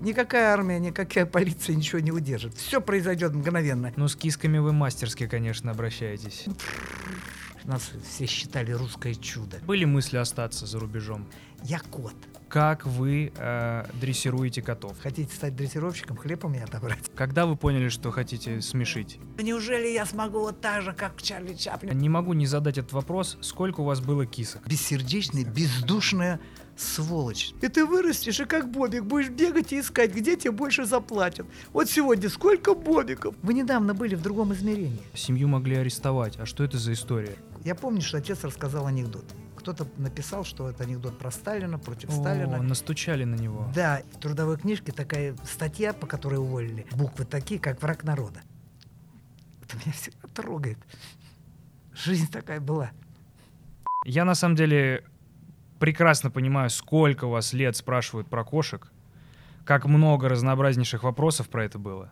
Никакая армия, никакая полиция ничего не удержит. Все произойдет мгновенно. Ну, с кисками вы мастерски, конечно, обращаетесь. Нас все считали русское чудо. Были мысли остаться за рубежом? Я кот. Как вы дрессируете котов? Хотите стать дрессировщиком, хлеб у меня отобрать? Когда вы поняли, что хотите смешить? Неужели я смогу вот так же, как Чарли Чаплин? Не могу не задать этот вопрос. Сколько у вас было кисок? Бессердечная, бездушная сволочь. И ты вырастешь, и как Бобик будешь бегать и искать, где тебе больше заплатят. Вот сегодня сколько Бобиков? Вы недавно были в другом измерении. Семью могли арестовать. А что это за история? Я помню, что отец рассказал анекдот. Кто-то написал, что это анекдот про Сталина, против Сталина. Настучали на него. Да, в трудовой книжке такая статья, по которой уволили. Буквы такие, как «Враг народа». Это меня всегда трогает. Жизнь такая была. Я на самом деле прекрасно понимаю, сколько у вас лет спрашивают про кошек, как много разнообразнейших вопросов про это было.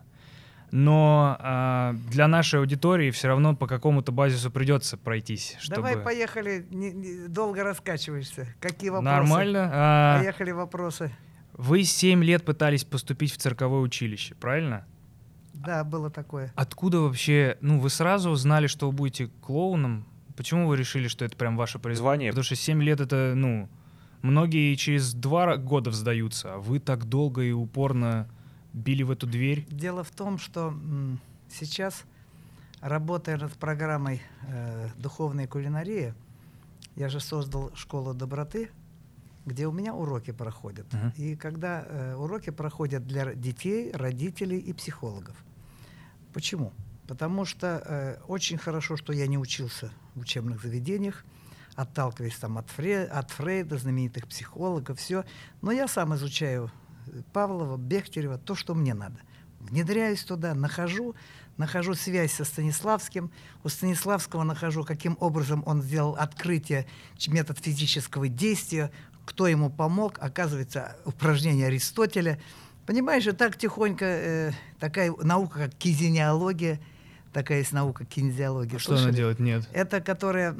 Но для нашей аудитории все равно по какому-то базису придется пройтись. Чтобы... Давай, поехали, долго раскачиваешься. Какие вопросы? Нормально. Поехали вопросы. Вы 7 лет пытались поступить в цирковое училище, правильно? Да, было такое. Откуда вообще, вы сразу знали, что вы будете клоуном? Почему вы решили, что это прям ваше призвание? Потому что 7 лет это, многие через 2 года сдаются, а вы так долго и упорно били в эту дверь. Дело в том, что сейчас, работая над программой «Духовная кулинария», я же создал школу доброты, где у меня уроки проходят. И когда уроки проходят для детей, родителей и психологов. Почему? Потому что очень хорошо, что я не учился в учебных заведениях, отталкиваясь там от Фрейда, знаменитых психологов, все. Но я сам изучаю Павлова, Бехтерева, то, что мне надо. Внедряюсь туда, нахожу связь со Станиславским. У Станиславского нахожу, каким образом он сделал открытие, метод физического действия, кто ему помог, оказывается, упражнение Аристотеля. Понимаешь, и так тихонько такая наука, как кинезиология, такая есть наука кинезиология. Что она делает? Нет. Это которая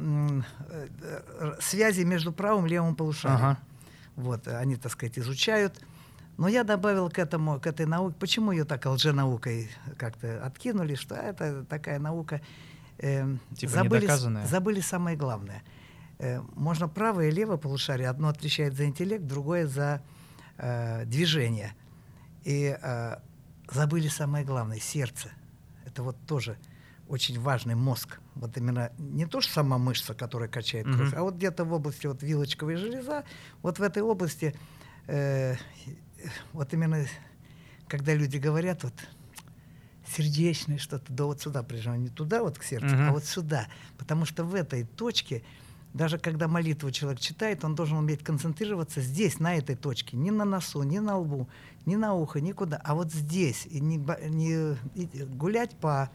связи между правым и левым полушарием. Ага. Вот, они, так сказать, изучают. Но я добавил к этой науке, почему ее так лженаукой как-то откинули, что это такая наука. Недоказанная. Забыли самое главное. Можно правое и левое полушарие, одно отвечает за интеллект, другое за движение. И забыли самое главное — сердце. Это вот тоже очень важный мозг. Вот именно не то, что сама мышца, которая качает кровь, а вот где-то в области вилочковой железа, вот в этой области, вот именно, когда люди говорят, вот сердечное что-то, да вот сюда прижимаем, не туда вот к сердцу, а вот сюда. Потому что в этой точке, даже когда молитву человек читает, он должен уметь концентрироваться здесь, на этой точке. Не на носу, не на лбу, не на ухо, никуда, а вот здесь. И не гулять по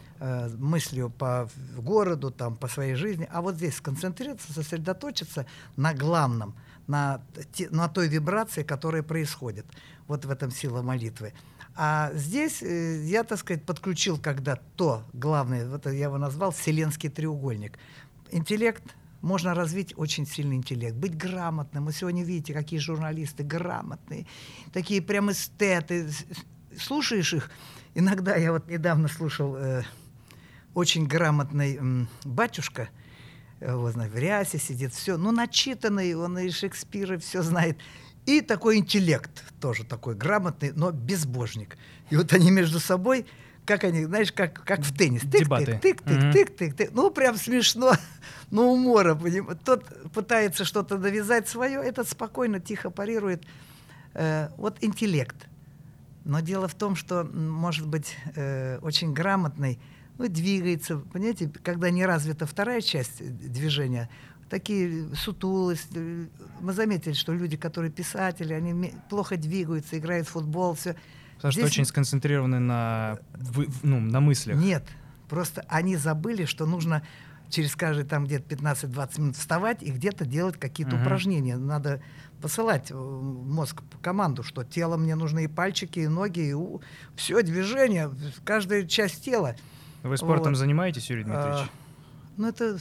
мыслью по городу, там, по своей жизни, а вот здесь сконцентрироваться, сосредоточиться на главном, на той вибрации, которая происходит. Вот в этом сила молитвы. А здесь я, так сказать, подключил когда то главное, вот я его назвал вселенский треугольник. Интеллект, можно развить очень сильный интеллект, быть грамотным. Вы сегодня видите, какие журналисты грамотные, такие прям эстеты. Слушаешь их, иногда я вот недавно слушал очень грамотный батюшка, вот, в рясе сидит, все, начитанный, он и Шекспира все знает. И такой интеллект, тоже такой грамотный, но безбожник. И вот они между собой, как они, знаешь, как в теннис. Дебаты. Тык-тык-тык-тык-тык. Прям смешно, но умора. Тот пытается что-то навязать свое, этот спокойно, тихо парирует. Вот интеллект. Но дело в том, что, может быть, очень грамотный, двигается, понимаете, когда не развита вторая часть движения, такие сутулость. Мы заметили, что люди, которые писатели, они плохо двигаются, играют в футбол, все. Потому что очень сконцентрированы на мыслях. Нет, просто они забыли, что нужно через каждые там где-то 15-20 минут вставать и где-то делать какие-то упражнения. Надо посылать в мозг команду, что тело мне нужны и пальчики, и ноги, и все, движение, каждая часть тела. Вы спортом занимаетесь, Юрий Дмитриевич? Это...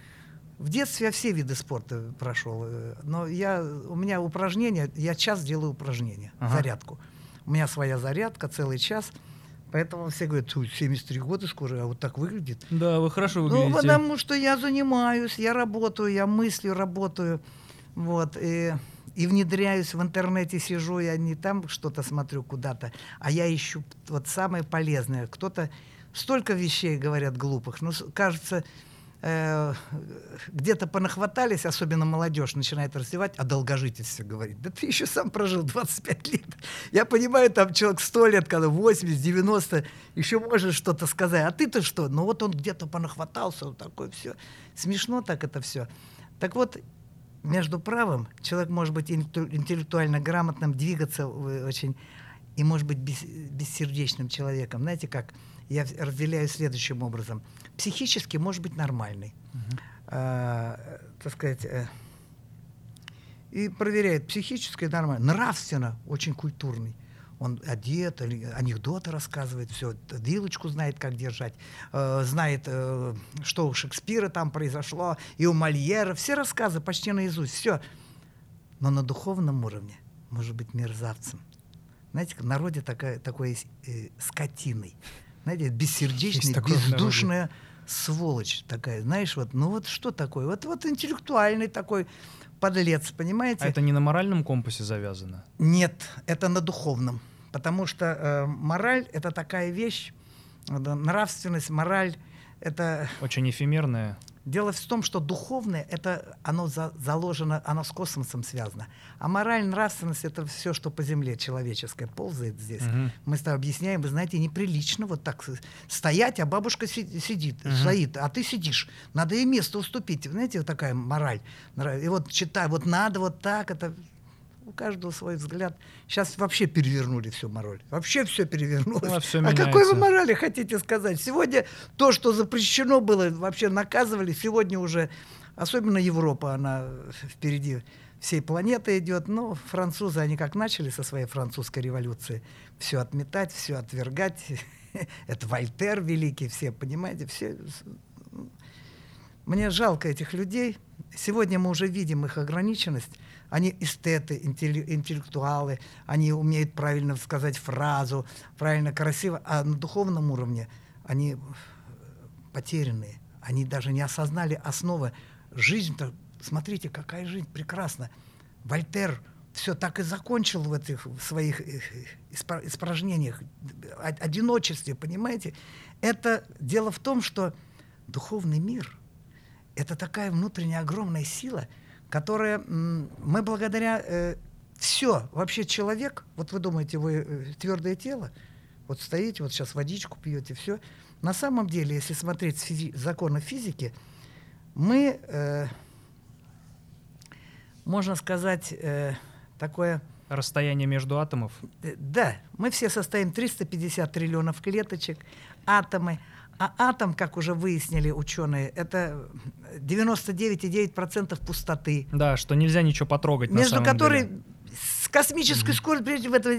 В детстве я все виды спорта прошел. Но у меня упражнения, я час делаю упражнения, зарядку. У меня своя зарядка, целый час. Поэтому все говорят, 73 года скоро, а вот так выглядит. Да, вы хорошо выглядите. Ну, потому что я занимаюсь, я работаю, я мыслью работаю. Вот, и внедряюсь в интернете, сижу, я не там что-то смотрю куда-то, а я ищу вот самое полезное. Кто-то столько вещей говорят глупых, но кажется, где-то понахватались, особенно молодежь начинает развивать, а долгожительство говорит. Да ты еще сам прожил 25 лет. Я понимаю, там человек 100 лет, когда 80, 90, еще можешь что-то сказать. А ты-то что? Ну вот он где-то понахватался, вот такое все. Смешно так это все. Так вот, между правым человек может быть интеллектуально грамотным, двигаться очень, и может быть бессердечным человеком. Знаете как? Я разделяю следующим образом. Психически может быть нормальный. Так сказать, и проверяет психически нормально. Нравственно очень культурный. Он одет, анекдоты рассказывает, все, вилочку знает, как держать, знает, что у Шекспира там произошло, и у Мольера, все рассказы почти наизусть, все. Но на духовном уровне может быть мерзавцем. Знаете, в народе такой есть скотиной. Знаете, бессердечная, бездушная сволочь такая. Знаешь, вот, ну вот что такое? Вот интеллектуальный такой подлец, понимаете? А это не на моральном компасе завязано? Нет, это на духовном. Потому что мораль — это такая вещь, нравственность, мораль — это... Очень эфемерная. Дело в том, что духовное, это оно заложено, оно с космосом связано. А мораль, нравственность — это все, что по земле человеческое ползает здесь. Мы с тобой объясняем, вы знаете, неприлично вот так стоять, а бабушка стоит, а ты сидишь. Надо ей место уступить. Знаете, вот такая мораль. И вот читай, вот надо вот так, это... У каждого свой взгляд. Сейчас вообще перевернули всю мораль. Вообще все перевернулось. Ну, а какой вы морали хотите сказать? Сегодня то, что запрещено было, вообще наказывали. Сегодня уже, особенно Европа, она впереди всей планеты идет. Но французы, они как начали со своей французской революции все отметать, все отвергать. Это Вольтер великий, все, понимаете, все. Мне жалко этих людей. Сегодня мы уже видим их ограниченность. Они эстеты, интеллектуалы, они умеют правильно сказать фразу, правильно, красиво, а на духовном уровне они потерянные. Они даже не осознали основы. Жизнь-то, смотрите, какая жизнь прекрасна. Вольтер все так и закончил в этих своих испражнениях, одиночестве, понимаете? Это дело в том, что духовный мир — это такая внутренняя огромная сила, которая мы благодаря все, вообще человек, вот вы думаете, вы твердое тело, вот стоите, вот сейчас водичку пьете, все. На самом деле, если смотреть законы физики, мы, можно сказать, такое... Расстояние между атомов? Да, мы все состоим 350 триллионов клеточек, атомы. А атом, как уже выяснили ученые, это 99,9% пустоты. Да, что нельзя ничего потрогать, между на самом которой деле. С космической скоростью, прежде в это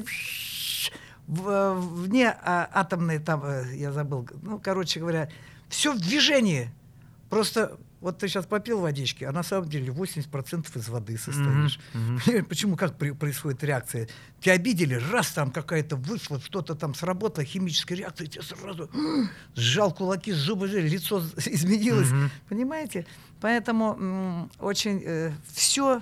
вне атомной, там, я забыл, ну, короче говоря, все в движении. Просто вот ты сейчас попил водички, а на самом деле 80% из воды состоишь. Почему, как происходит реакция? Тебя обидели, раз там какая-то вышла, что-то там сработало, химическая реакция, тебе сразу сжал кулаки, зубы жили, лицо изменилось. Понимаете? Поэтому очень все...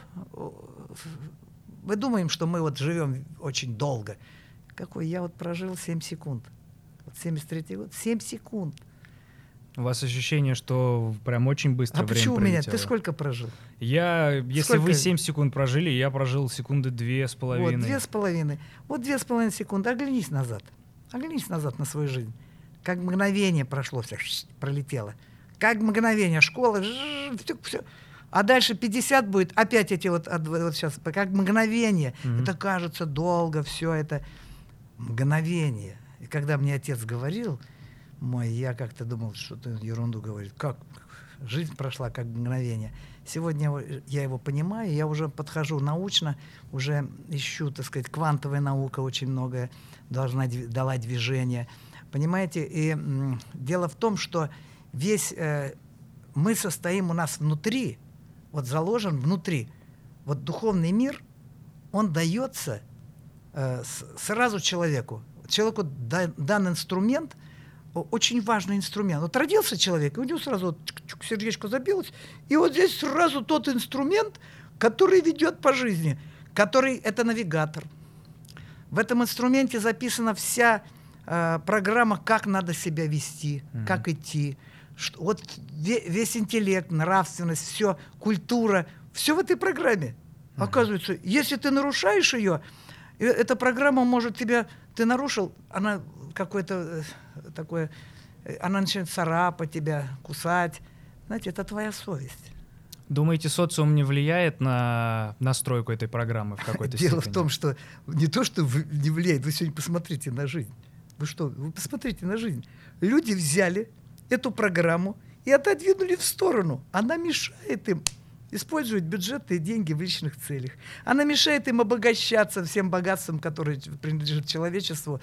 Мы думаем, что мы вот живем очень долго. Какой? Я вот прожил 7 секунд. Вот 73-й год, 7 секунд. У вас ощущение, что прям очень быстро время пролетело. А почему у меня? Ты сколько прожил? Если вы 7 секунд прожили, я прожил секунды 2,5. Вот, 2,5. Вот 2,5 секунды. Оглянись назад. Оглянись назад на свою жизнь. Как мгновение прошло, все пролетело. Как мгновение. Школа, все. А дальше 50 будет, опять эти вот сейчас, как мгновение. Это кажется долго, все это мгновение. И когда мне отец говорил, я как-то думал, что ты ерунду говорит. Как? Жизнь прошла как мгновение. Сегодня я его понимаю, я уже подхожу научно, уже ищу, так сказать, квантовая наука очень многое дала движение. Понимаете? И дело в том, что весь мы состоим у нас внутри, вот заложен внутри. Вот духовный мир, он дается сразу человеку дан инструмент, очень важный инструмент. Вот родился человек, и у него сразу вот сердечко забилось, и вот здесь сразу тот инструмент, который ведет по жизни, который это навигатор. В этом инструменте записана вся программа, как надо себя вести, как идти. Вот весь интеллект, нравственность, все, культура, все в этой программе. Оказывается, если ты нарушаешь ее, эта программа может тебя... Ты нарушил, она какое-то такое... Она начинает царапать тебя, кусать. Знаете, это твоя совесть. Думаете, социум не влияет на настройку этой программы в какой-то степени? Дело в том, что не то, что не влияет, вы сегодня посмотрите на жизнь. Вы что, вы посмотрите на жизнь. Люди взяли эту программу и отодвинули в сторону. Она мешает им использовать бюджетные деньги в личных целях. Она мешает им обогащаться всем богатством, которое принадлежит человечеству,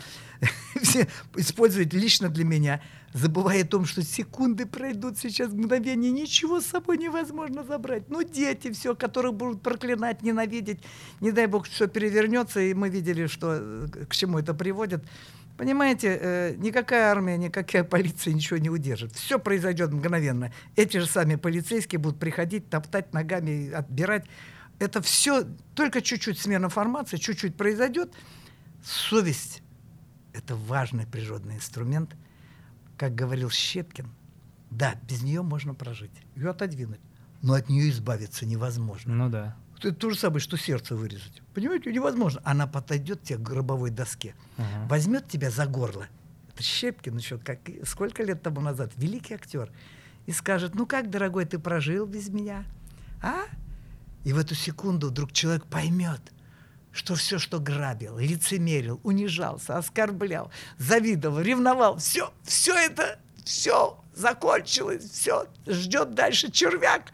использовать лично для меня, забывая о том, что секунды пройдут сейчас, мгновение, ничего с собой невозможно забрать. Ну, дети, все, которых будут проклинать, ненавидеть, не дай бог, все перевернется, и мы видели, что, к чему это приводит. Понимаете, никакая армия, никакая полиция ничего не удержит. Все произойдет мгновенно. Эти же сами полицейские будут приходить, топтать ногами, отбирать. Это все, только чуть-чуть смена формации, чуть-чуть произойдет. Совесть – это важный природный инструмент. Как говорил Щепкин, да, без нее можно прожить, ее отодвинуть, но от нее избавиться невозможно. Ну да. Это то же самое, что сердце вырезать. Понимаете, невозможно. Она подойдет к тебе к гробовой доске, возьмет тебя за горло. Это Щепкин еще, сколько лет тому назад, великий актер, и скажет: ну как, дорогой, ты прожил без меня? А? И в эту секунду вдруг человек поймет, что все, что грабил, лицемерил, унижался, оскорблял, завидовал, ревновал, все это, все закончилось, все, ждет дальше червяк.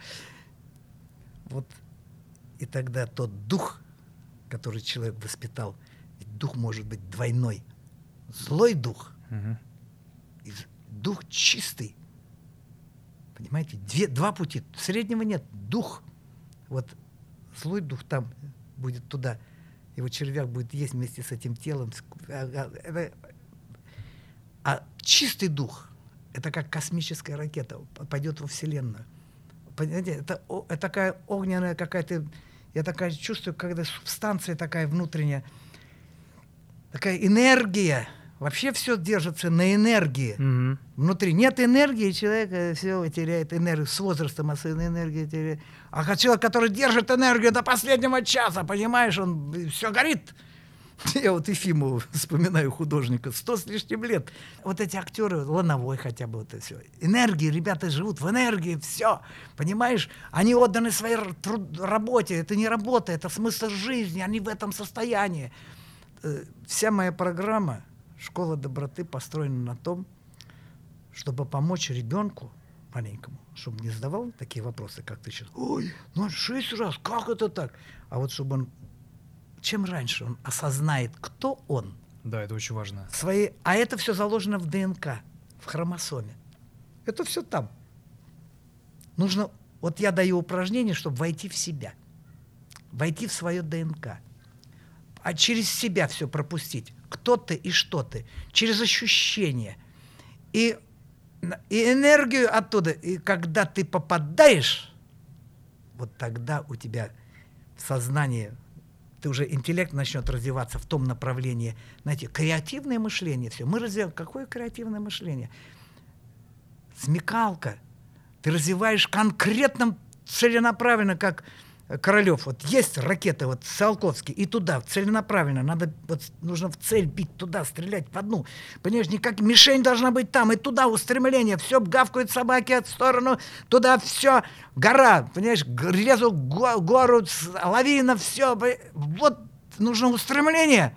Вот. И тогда тот дух, который человек воспитал, ведь дух может быть двойной. Злой дух и дух чистый. Понимаете, два пути. Среднего нет. Дух. Вот злой дух там будет туда. Его червяк будет есть вместе с этим телом. А чистый дух — это как космическая ракета, пойдет во Вселенную. Понимаете, это такая огненная какая-то... Я такая чувствую, когда субстанция такая внутренняя, такая энергия. Вообще все держится на энергии. Внутри нет энергии, человек все теряет энергию. С возрастом особенно энергию теряет. А человек, который держит энергию до последнего часа, понимаешь, он все горит. Я вот Ефимова вспоминаю, художника, 100 с лишним лет. Вот эти актеры, Лановой хотя бы, вот это все. Энергии, ребята живут в энергии, все. Понимаешь? Они отданы своей работе. Это не работа, это смысл жизни. Они в этом состоянии. Вся моя программа «Школа доброты» построена на том, чтобы помочь ребенку маленькому, чтобы не задавал такие вопросы, как ты сейчас. Ой, ну 6 раз, как это так? А вот чтобы он... Чем раньше он осознает, кто он. Да, это очень важно. А это все заложено в ДНК, в хромосоме. Это все там. Нужно... Вот я даю упражнение, чтобы войти в себя. Войти в свое ДНК. А через себя все пропустить. Кто ты и что ты. Через ощущения. И энергию оттуда. И когда ты попадаешь, вот тогда у тебя в сознании... Ты уже интеллект начнет развиваться в том направлении. Знаете, креативное мышление. Все. Мы развиваем. Какое креативное мышление? Смекалка. Ты развиваешь конкретно, целенаправленно, как Королев. Вот есть ракета, вот Циолковский, и туда, целенаправленно. Нужно в цель бить, туда, стрелять в одну. Понимаешь, мишень должна быть там, и туда устремление. Все гавкают собаки в сторону, туда все. Гора, понимаешь, лезу гору, лавина, все. Вот нужно устремление.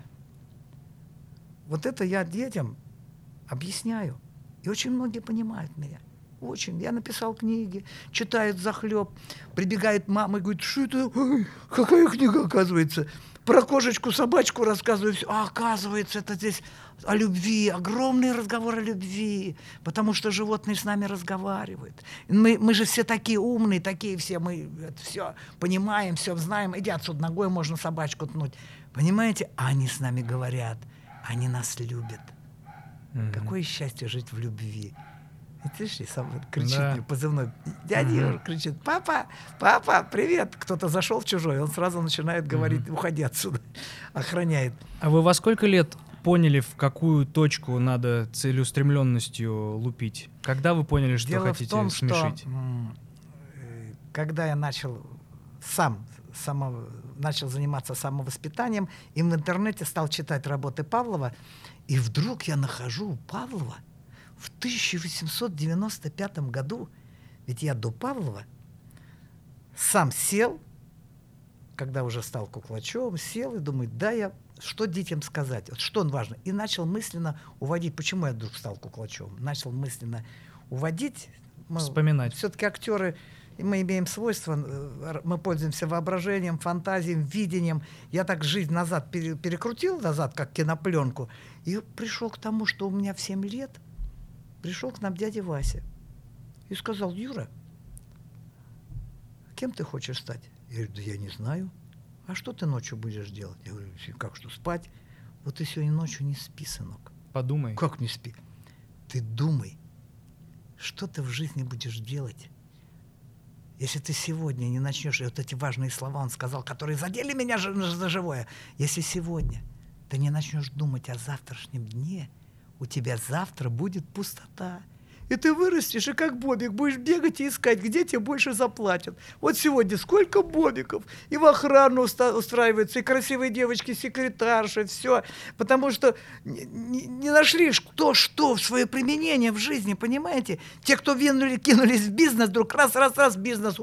Вот это я детям объясняю. И очень многие понимают меня. Очень. Я написал книги, читают захлеб, прибегает мама и говорит: что это? Ой, какая книга, оказывается? Про кошечку, собачку рассказываю. А оказывается, это здесь о любви, огромный разговор о любви, потому что животные с нами разговаривают. Мы же все такие умные, такие все, мы это все понимаем, все знаем. Иди отсюда, ногой можно собачку ткнуть. Понимаете? А они с нами говорят, они нас любят. Какое счастье жить в любви. И ты же сам кричит мне позывной. Дядя Юра кричит: папа, папа, привет. Кто-то зашел в чужой, он сразу начинает говорить: уходи отсюда, охраняет. А вы во сколько лет поняли, в какую точку надо целеустремленностью лупить? Когда вы поняли, что Дело хотите в том, смешить? что когда я начал начал заниматься самовоспитанием, и в интернете стал читать работы Павлова, и вдруг я нахожу у Павлова в 1895 году, ведь я до Павлова сам сел, когда уже стал Куклачевым, сел и думаю, что детям сказать, вот что важно. И начал мысленно уводить. Почему я вдруг стал Куклачевым? Начал мысленно уводить. Вспоминать. Все-таки актеры, мы имеем свойство, мы пользуемся воображением, фантазией, видением. Я так жизнь назад перекрутил назад, как кинопленку, и пришел к тому, что у меня в 7 лет пришел к нам дядя Вася и сказал: Юра, кем ты хочешь стать? Я говорю: да я не знаю. А что ты ночью будешь делать? Я говорю: как что, спать? Вот ты сегодня ночью не спи, сынок. Подумай. Как не спи? Ты думай, что ты в жизни будешь делать, если ты сегодня не начнешь, и вот эти важные слова он сказал, которые задели меня за живое. Если сегодня ты не начнешь думать о завтрашнем дне, у тебя завтра будет пустота. И ты вырастешь, и как Бобик будешь бегать и искать, где тебе больше заплатят. Вот сегодня сколько Бобиков, и в охрану устраиваются, и красивые девочки, секретарши, все. Потому что не нашли кто что в свое применение в жизни, понимаете? Те, кто кинулись в бизнес, вдруг раз, бизнес,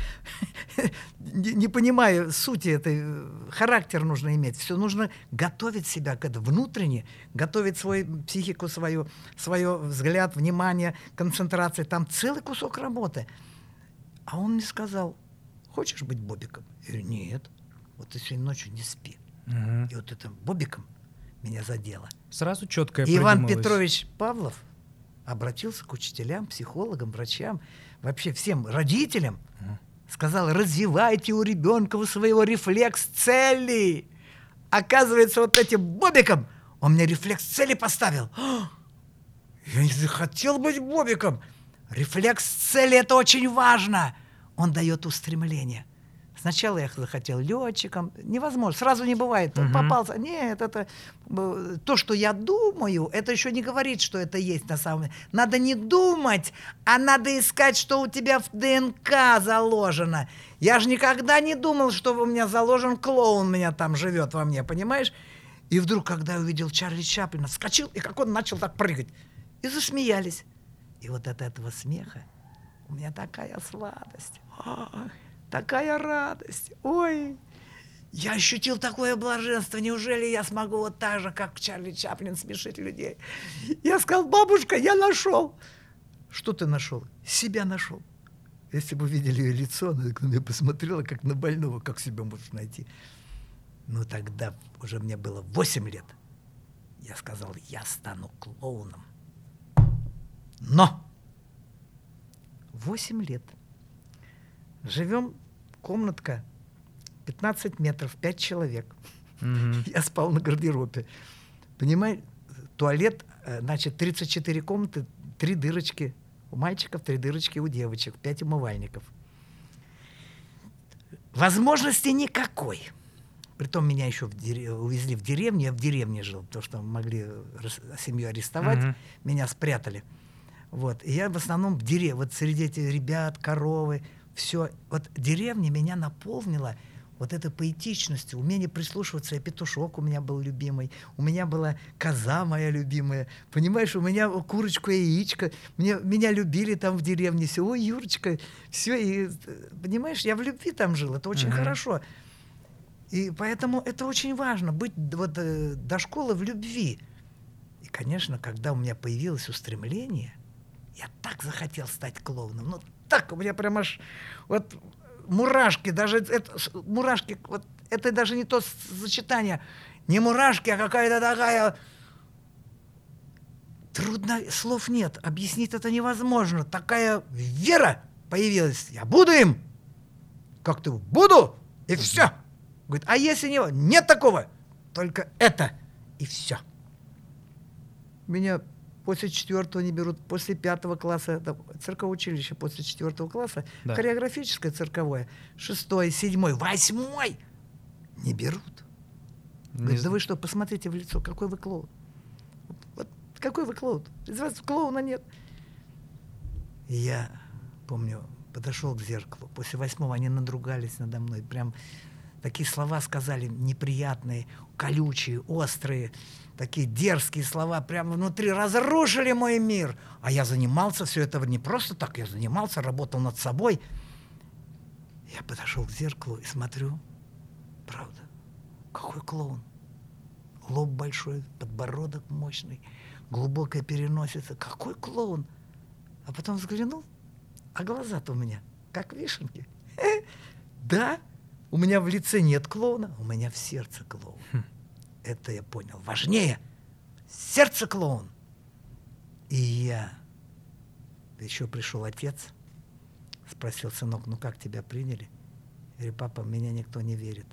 не понимая сути этой, характер нужно иметь. Все нужно готовить себя к этому внутренне, готовить свою психику, свою взгляд, внимание, концентрация. Там целый кусок работы. А он мне сказал: хочешь быть Бобиком? Я говорю: нет. Вот ты сегодня ночью не спи. И вот это Бобиком меня задело. Сразу четкое Иван Петрович Павлов обратился к учителям, психологам, врачам, вообще всем родителям. Сказал: развивайте у ребенка у своего рефлекс цели. Оказывается, вот этим Бобиком он мне рефлекс цели поставил. Я не захотел быть Бобиком. Рефлекс цели — это очень важно. Он дает устремление. Сначала я захотел летчиком. Невозможно, сразу не бывает. Попался. Нет, это то, что я думаю, это еще не говорит, что это есть на самом деле. Надо не думать, а надо искать, что у тебя в ДНК заложено. Я же никогда не думал, что у меня заложен клоун, у меня там живет во мне, понимаешь? И вдруг, когда я увидел Чарли Чаплина, вскочил, и как он начал так прыгать. И засмеялись. И вот от этого смеха у меня такая сладость. Такая радость. Ой, я ощутил такое блаженство. Неужели я смогу вот так же, как Чарли Чаплин, смешить людей? Я сказал: бабушка, я нашел. Что ты нашел? Себя нашел. Если бы видели ее лицо, она на меня посмотрела, как на больного, как себя можешь найти. Но тогда уже мне было 8 лет. Я сказал: я стану клоуном. Но 8 лет. Живем, комнатка 15 метров, 5 человек. Я спал на гардеробе. Понимаете, туалет, значит, 34 комнаты, 3 дырочки у мальчиков, 3 дырочки у девочек, 5 умывальников. Возможности никакой. Притом меня еще увезли в деревню, я в деревне жил, потому что могли семью арестовать, меня спрятали. Вот. И я в основном в деревне, вот среди этих ребят, коровы, все. Вот деревня меня наполнила вот этой поэтичностью, умение прислушиваться. И петушок у меня был любимый, у меня была коза моя любимая. Понимаешь, у меня курочка и яичко. Меня любили там в деревне. Все, ой, Юрочка, все. И, понимаешь, я в любви там жил, это очень хорошо. И поэтому это очень важно, быть вот, до школы в любви. И, конечно, когда у меня появилось устремление, я так захотел стать клоуном. Ну, так у меня прямо аж вот мурашки, даже это, мурашки, вот это даже не то сочетание, не мурашки, а какая-то такая... Трудно, слов нет, объяснить это невозможно. Такая вера появилась. Я буду им. Как ты? Буду. И все. Говорит: а если не... Нет такого. только это, и все. Меня после 4-го не берут, после 5 класса, цирковое училище после 4 класса, Да. хореографическое цирковое, 6-й, 7-й, 8-й не берут. Говорит, да вы что, посмотрите в лицо, какой вы клоун. Вот какой вы клоун. Из вас клоуна нет. И я помню, подошел к зеркалу. После 8-го они надругались надо мной. Прям такие слова сказали неприятные, колючие, острые, такие дерзкие слова. Прямо внутри разрушили мой мир. А я занимался все это не просто так. Я занимался, работал над собой. Я подошел к зеркалу и смотрю. Правда. Какой клоун. Лоб большой, подбородок мощный, глубокая переносица. Какой клоун. А потом взглянул, а глаза-то у меня как вишенки. Да, у меня в лице нет клоуна, у меня в сердце клоун. Это я понял. Важнее сердце клоун. И еще пришел отец, спросил, сынок, ну как тебя приняли? Я говорю, папа, в меня никто не верит.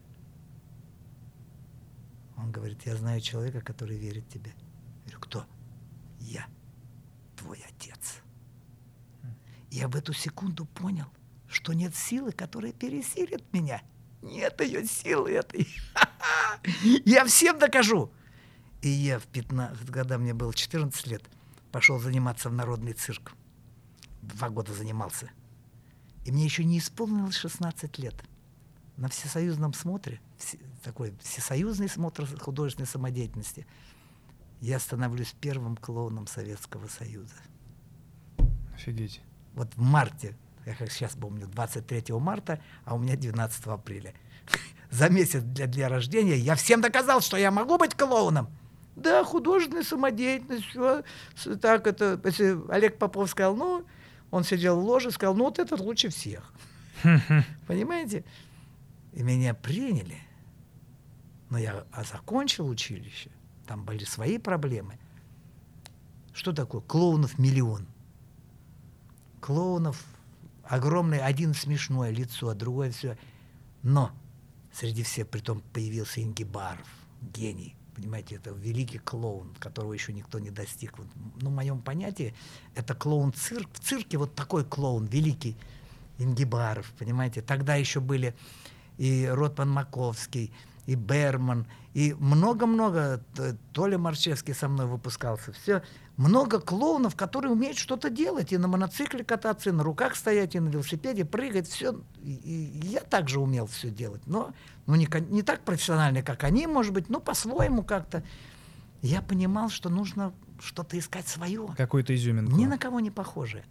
Он говорит, я знаю человека, который верит тебе. Я говорю, кто? Я, твой отец. И я в эту секунду понял, что нет силы, которая пересилит меня. Нет ее силы этой. Я всем докажу. И я в 15 года, мне было 14 лет, пошел заниматься в народный цирк. 2 года занимался. И мне еще не исполнилось 16 лет. На всесоюзном смотре, такой всесоюзный смотр художественной самодеятельности, я становлюсь первым клоуном Советского Союза. Офигеть. Вот в марте, я как сейчас помню, 23 марта, а у меня 12 апреля. За месяц для дня рождения я всем доказал, что я могу быть клоуном. Да, художественная самодеятельность, все. Так это, если Олег Попов сказал, ну, он сидел в ложе, сказал, ну, вот этот лучше всех. Понимаете? И меня приняли. Но я закончил училище. Там были свои проблемы. Что такое? Клоунов миллион. Клоунов огромный, один смешное лицо, а другое все. Но среди всех притом появился Ингибаров, гений. Понимаете, это великий клоун, которого еще никто не достиг. Вот, ну, в моем понятии, это клоун-цирк. В цирке вот такой клоун, великий Ингибаров, понимаете. Тогда еще были и Ротман Маковский, и Берман, и много-много, Толя Марчевский со мной выпускался. Все. Много клоунов, которые умеют что-то делать, и на моноцикле кататься, и на руках стоять, и на велосипеде прыгать, все. И я также умел все делать, но не так профессионально, как они, может быть, но по-своему как-то. Я понимал, что нужно что-то искать свое. Какую-то изюминку. Ни на кого не похожее.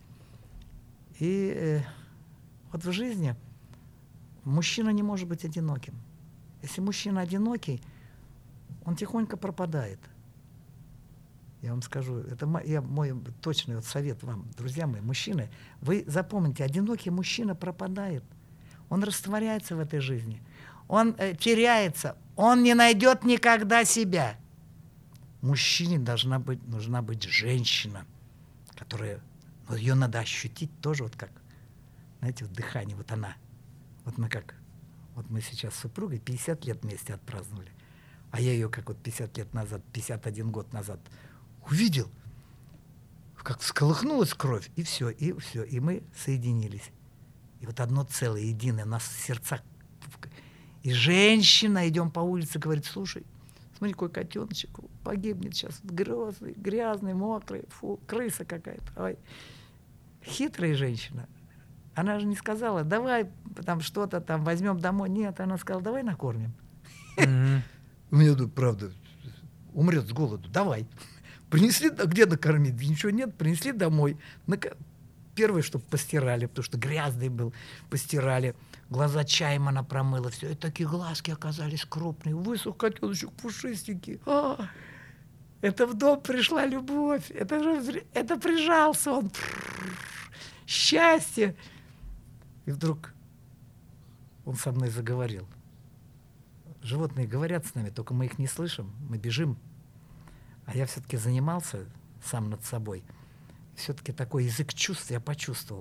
И вот в жизни мужчина не может быть одиноким. Если мужчина одинокий, он тихонько пропадает. Я вам скажу, это мой точный вот совет вам, друзья мои, мужчины. Вы запомните, одинокий мужчина пропадает. Он растворяется в этой жизни. Он теряется. Он не найдет никогда себя. Мужчине нужна быть женщина, которая... Вот ее надо ощутить тоже вот как, знаете, вот дыхание, вот она. Вот мы сейчас с супругой 50 лет вместе отпраздновали. А я ее как вот 50 лет назад, 51 год назад увидел, как всколыхнулась кровь, и все, и мы соединились. И вот одно целое, единое, у нас сердца. И женщина, идем по улице, говорит, слушай, смотри, какой котеночек погибнет сейчас, грязный, мокрый, фу, крыса какая-то. Ой. Хитрая женщина. Она же не сказала, давай там что-то там возьмем домой. Нет, она сказала, давай накормим. У меня тут, правда, умрет с голоду. Давай. Принесли, где накормить? Ничего нет, принесли домой. Первое, чтобы постирали, потому что грязный был, постирали. Глаза чаем она промыла. Все, и такие глазки оказались крупные. Высох котеночек пушистенький. Это в дом пришла любовь. Это прижался он. Счастье. И вдруг он со мной заговорил. Животные говорят с нами, только мы их не слышим, мы бежим. А я все-таки занимался сам над собой. Все-таки такой язык чувств я почувствовал.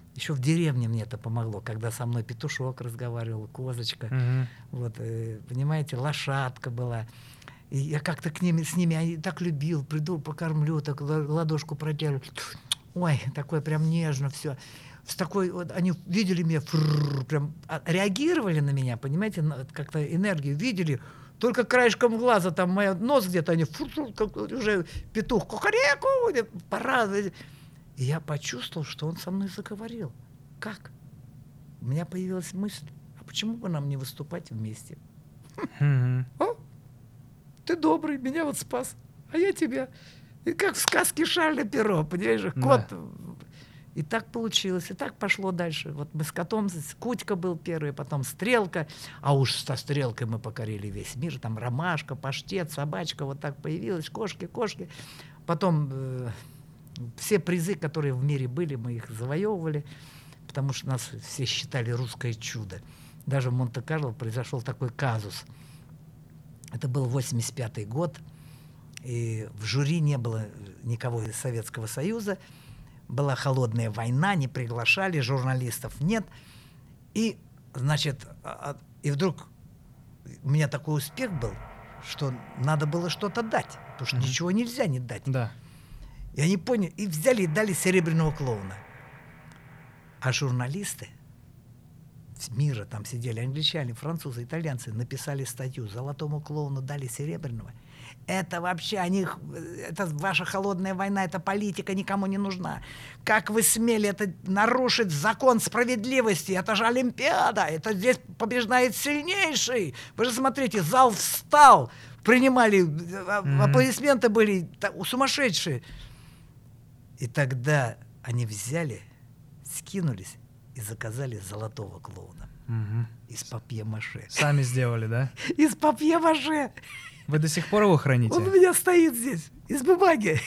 Еще в деревне мне это помогло, когда со мной петушок разговаривал, козочка, вот, понимаете, лошадка была. И я как-то с ними я так любил, приду, покормлю, так ладошку протягиваю. Ой, такое прям нежно все. С такой, вот, они видели меня, прям реагировали на меня, понимаете, как-то энергию видели. Только краешком глаза, там мой нос где-то, они как уже петух, кукареку, пора. И я почувствовал, что он со мной заговорил. Как? У меня появилась мысль, а почему бы нам не выступать вместе? О, ты добрый, меня вот спас, а я тебя. И как в сказке Шарля Перро, понимаешь, кот. И так получилось, и так пошло дальше. Вот мы с котом, Кутька был первый, потом Стрелка, а уж со Стрелкой мы покорили весь мир. Там ромашка, паштет, собачка, вот так появилась, кошки. Потом все призы, которые в мире были, мы их завоевывали, потому что нас все считали русское чудо. Даже в Монте-Карло произошел такой казус. Это был 85-й год, и в жюри не было никого из Советского Союза. Была холодная война, не приглашали, журналистов нет. И, значит, и вдруг у меня такой успех был, что надо было что-то дать, потому что ничего нельзя не дать. Да. И они поняли, и взяли и дали серебряного клоуна. А журналисты мира, там сидели англичане, французы, итальянцы, написали статью, золотому клоуну дали серебряного. Это вообще это ваша холодная война, это политика никому не нужна. Как вы смели это нарушить закон справедливости? Это же Олимпиада, это здесь побеждает сильнейший. Вы же смотрите, зал встал, принимали, аплодисменты были сумасшедшие. И тогда они взяли, скинулись и заказали золотого клоуна. Из папье-маше. Сами сделали, да? Из папье-маше. Вы до сих пор его храните? Он у меня стоит здесь, из бумаги.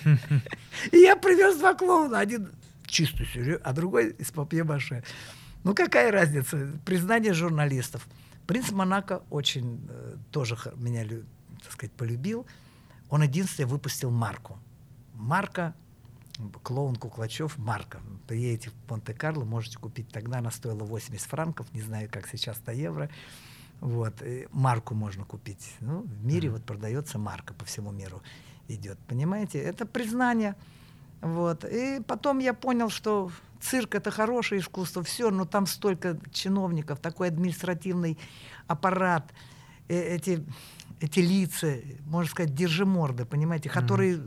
И я привез 2 клоуна. Один чистый серьезный, а другой из папье-маше. Ну, какая разница? Признание журналистов. Принц Монако очень тоже меня, так сказать, полюбил. Он единственный выпустил марку. Марка, клоун Куклачев, марка. Приедете в Монте-Карло, можете купить. Тогда она стоила 80 франков, не знаю, как сейчас-то евро. Вот, и марку можно купить. Ну, в мире вот продается марка, по всему миру идет. Понимаете? Это признание. Вот. И потом я понял, что цирк — это хорошее искусство, все, но там столько чиновников, такой административный аппарат, эти лица, можно сказать, держиморды, понимаете, которые...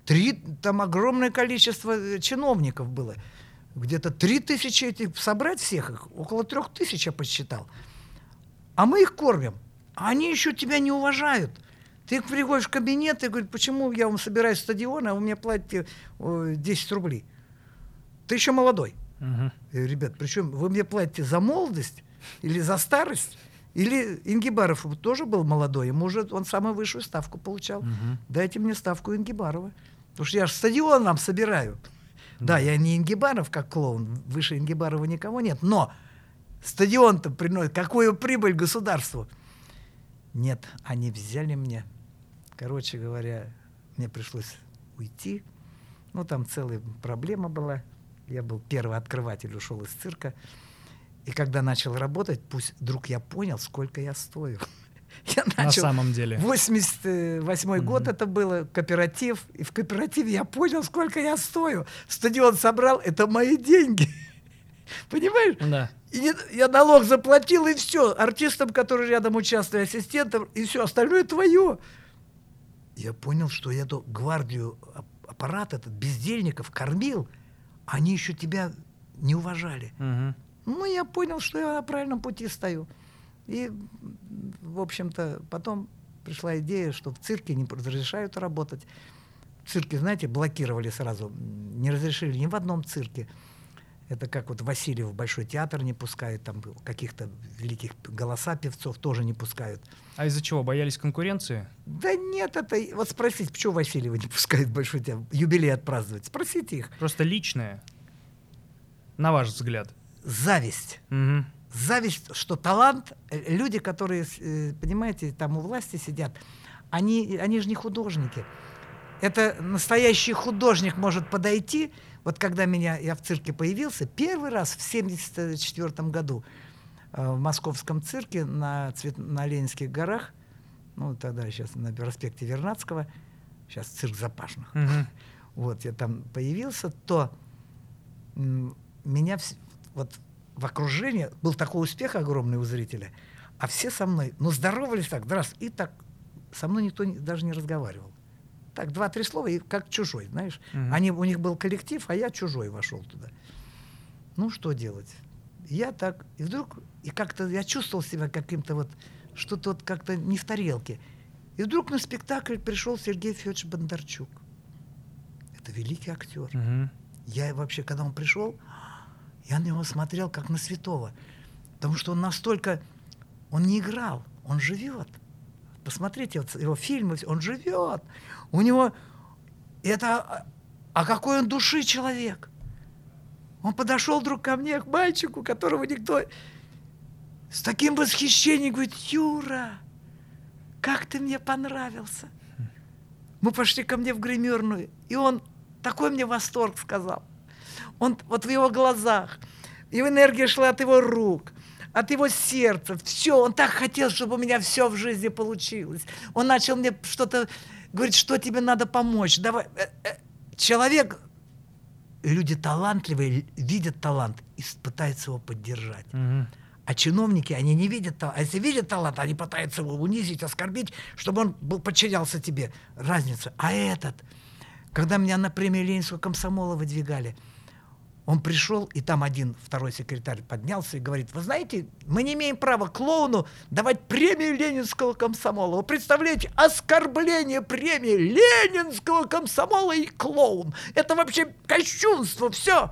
Там огромное количество чиновников было. Где-то 3000 этих, собрать всех их, около 3000 я посчитал. А мы их кормим. А они еще тебя не уважают. Ты их приходишь в кабинет и говоришь, почему я вам собираюсь стадион, а вы мне платите 10 рублей? Ты еще молодой. Я говорю, ребят, причем вы мне платите за молодость или за старость? Или Ингибаров тоже был молодой, ему уже он самую высшую ставку получал. Дайте мне ставку Ингибарова. Потому что я же стадион вам собираю. Да, я не Ингибаров как клоун, выше Ингибарова никого нет, но стадион-то приносит какую прибыль государству? Нет, они взяли мне. Короче говоря, мне пришлось уйти. Ну, там целая проблема была. Я был первый открыватель, ушел из цирка. И когда начал работать, пусть вдруг я понял, сколько я стою. Я начал, на самом деле. 88-й год это было, кооператив. И в кооперативе я понял, сколько я стою. Стадион собрал, это мои деньги. Понимаешь? Да. И я налог заплатил, и все. Артистам, которые рядом участвуют, ассистентам, и все, остальное твое. Я понял, что я эту гвардию, аппарат этот, бездельников кормил, они еще тебя не уважали. Ну, я понял, что я на правильном пути стою. И, в общем-то, потом пришла идея, что в цирке не разрешают работать. В цирке, знаете, блокировали сразу, не разрешили ни в одном цирке. Это как вот Васильев в Большой театр не пускают, там каких-то великих голоса певцов тоже не пускают. А из-за чего? Боялись конкуренции? Да нет, это... Вот спросите, почему Васильева не пускают в Большой театр? Юбилей отпраздновать. Спросите их. Просто личное, на ваш взгляд. Зависть. Зависть, что талант, люди, которые, понимаете, там у власти сидят, они же не художники. это настоящий художник может подойти. Вот когда я в цирке появился, первый раз в 1974 году в московском цирке на Ленинских горах, ну, тогда сейчас на проспекте Вернадского, сейчас цирк Запашных. Вот, я там появился, то меня вот в окружении был такой успех огромный у зрителя, а все со мной, ну, здоровались так, здравствуй, и так со мной никто даже не разговаривал. Так, 2-3 слова, и как чужой, знаешь. У них был коллектив, а я чужой вошел туда. Ну, что делать? Я так, и вдруг, и как-то я чувствовал себя каким-то вот, что-то вот как-то не в тарелке. И вдруг на спектакль пришел Сергей Федорович Бондарчук. Это великий актер. Я вообще, когда он пришел, я на него смотрел как на святого. Потому что он настолько, он не играл, он живет. Посмотрите вот его фильмы, он живет. У него это... А какой он души человек! Он подошел вдруг ко мне, к мальчику, которого никто... С таким восхищением говорит: Юра, как ты мне понравился. Мы пошли ко мне в гримерную, и он такой мне восторг сказал. Он вот в его глазах, и энергия шла от его рук, от его сердца. Все, он так хотел, чтобы у меня все в жизни получилось. Он начал мне что-то говорить, что тебе надо помочь. Давай. Человек, люди талантливые, видят талант и пытаются его поддержать. А чиновники, они не видят талант. А если видят талант, они пытаются его унизить, оскорбить, чтобы он подчинялся тебе. Разница. А этот, когда меня на премию Ленинского комсомола выдвигали, он пришел, и там второй секретарь поднялся и говорит: вы знаете, мы не имеем права клоуну давать премию Ленинского комсомола. Вы представляете, оскорбление премии Ленинского комсомола и клоун. Это вообще кощунство, все.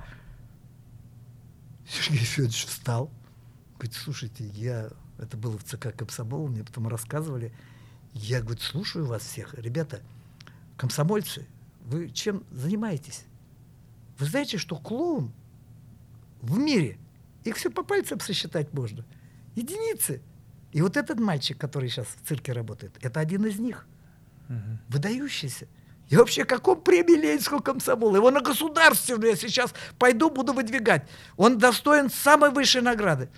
Сергей Федорович встал. Говорит: слушайте, это было в ЦК комсомола, мне потом рассказывали. Я, говорит, слушаю вас всех. Ребята, комсомольцы, вы чем занимаетесь? Вы знаете, что клоун в мире, их все по пальцам сосчитать можно. Единицы. И вот этот мальчик, который сейчас в цирке работает, это один из них. Выдающийся. И вообще, каком премии Ленинского комсомола? Его на государственную я сейчас пойду, буду выдвигать. Он достоин самой высшей награды.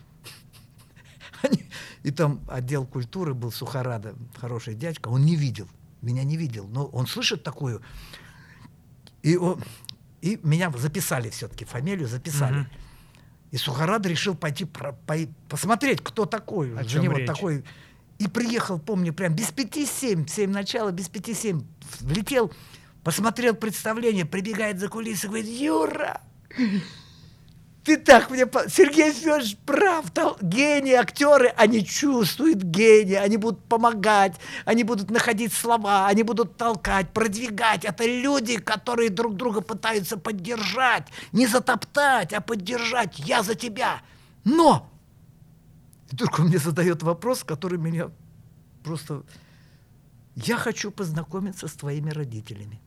И там отдел культуры был Сухорада, хороший дядька, он не видел, меня не видел, но он слышит такую, и меня записали все-таки, фамилию записали. И Сухорада решил пойти посмотреть, кто такой. О чем речь? Такой. И приехал, помню, прям без 5-7, 7 начала, без 5-7, влетел, посмотрел представление, прибегает за кулисы, говорит: Юра, ты так мне... Сергей Федорович прав. Гении, актеры, они чувствуют гения, они будут помогать, они будут находить слова, они будут толкать, продвигать. Это люди, которые друг друга пытаются поддержать. Не затоптать, а поддержать. Я за тебя. Но! И вдруг он мне задает вопрос, который меня просто... Я хочу познакомиться с твоими родителями.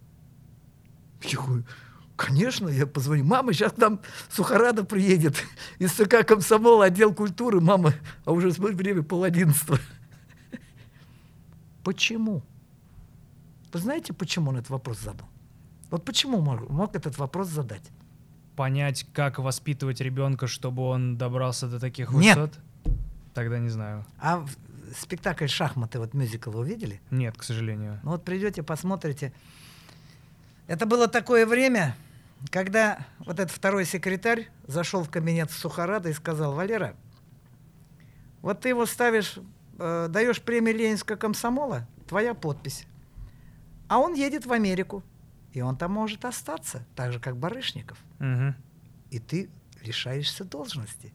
Я говорю: конечно, я позвоню. Мама, сейчас к нам Сухорада приедет из ЦК комсомола, отдел культуры. Мама, а уже время 10:30. Почему? Вы знаете, почему он этот вопрос задал? Вот почему мог этот вопрос задать? Понять, как воспитывать ребенка, чтобы он добрался до таких высот? Тогда не знаю. А спектакль «Шахматы», вот мюзикл, вы видели? Нет, к сожалению. Ну вот придете, посмотрите. Это было такое время, когда вот этот второй секретарь зашел в кабинет Сухорада и сказал: Валера, вот ты его ставишь, даешь премию Ленинского комсомола, твоя подпись. А он едет в Америку, и он там может остаться, так же, как Барышников. И ты лишаешься должности.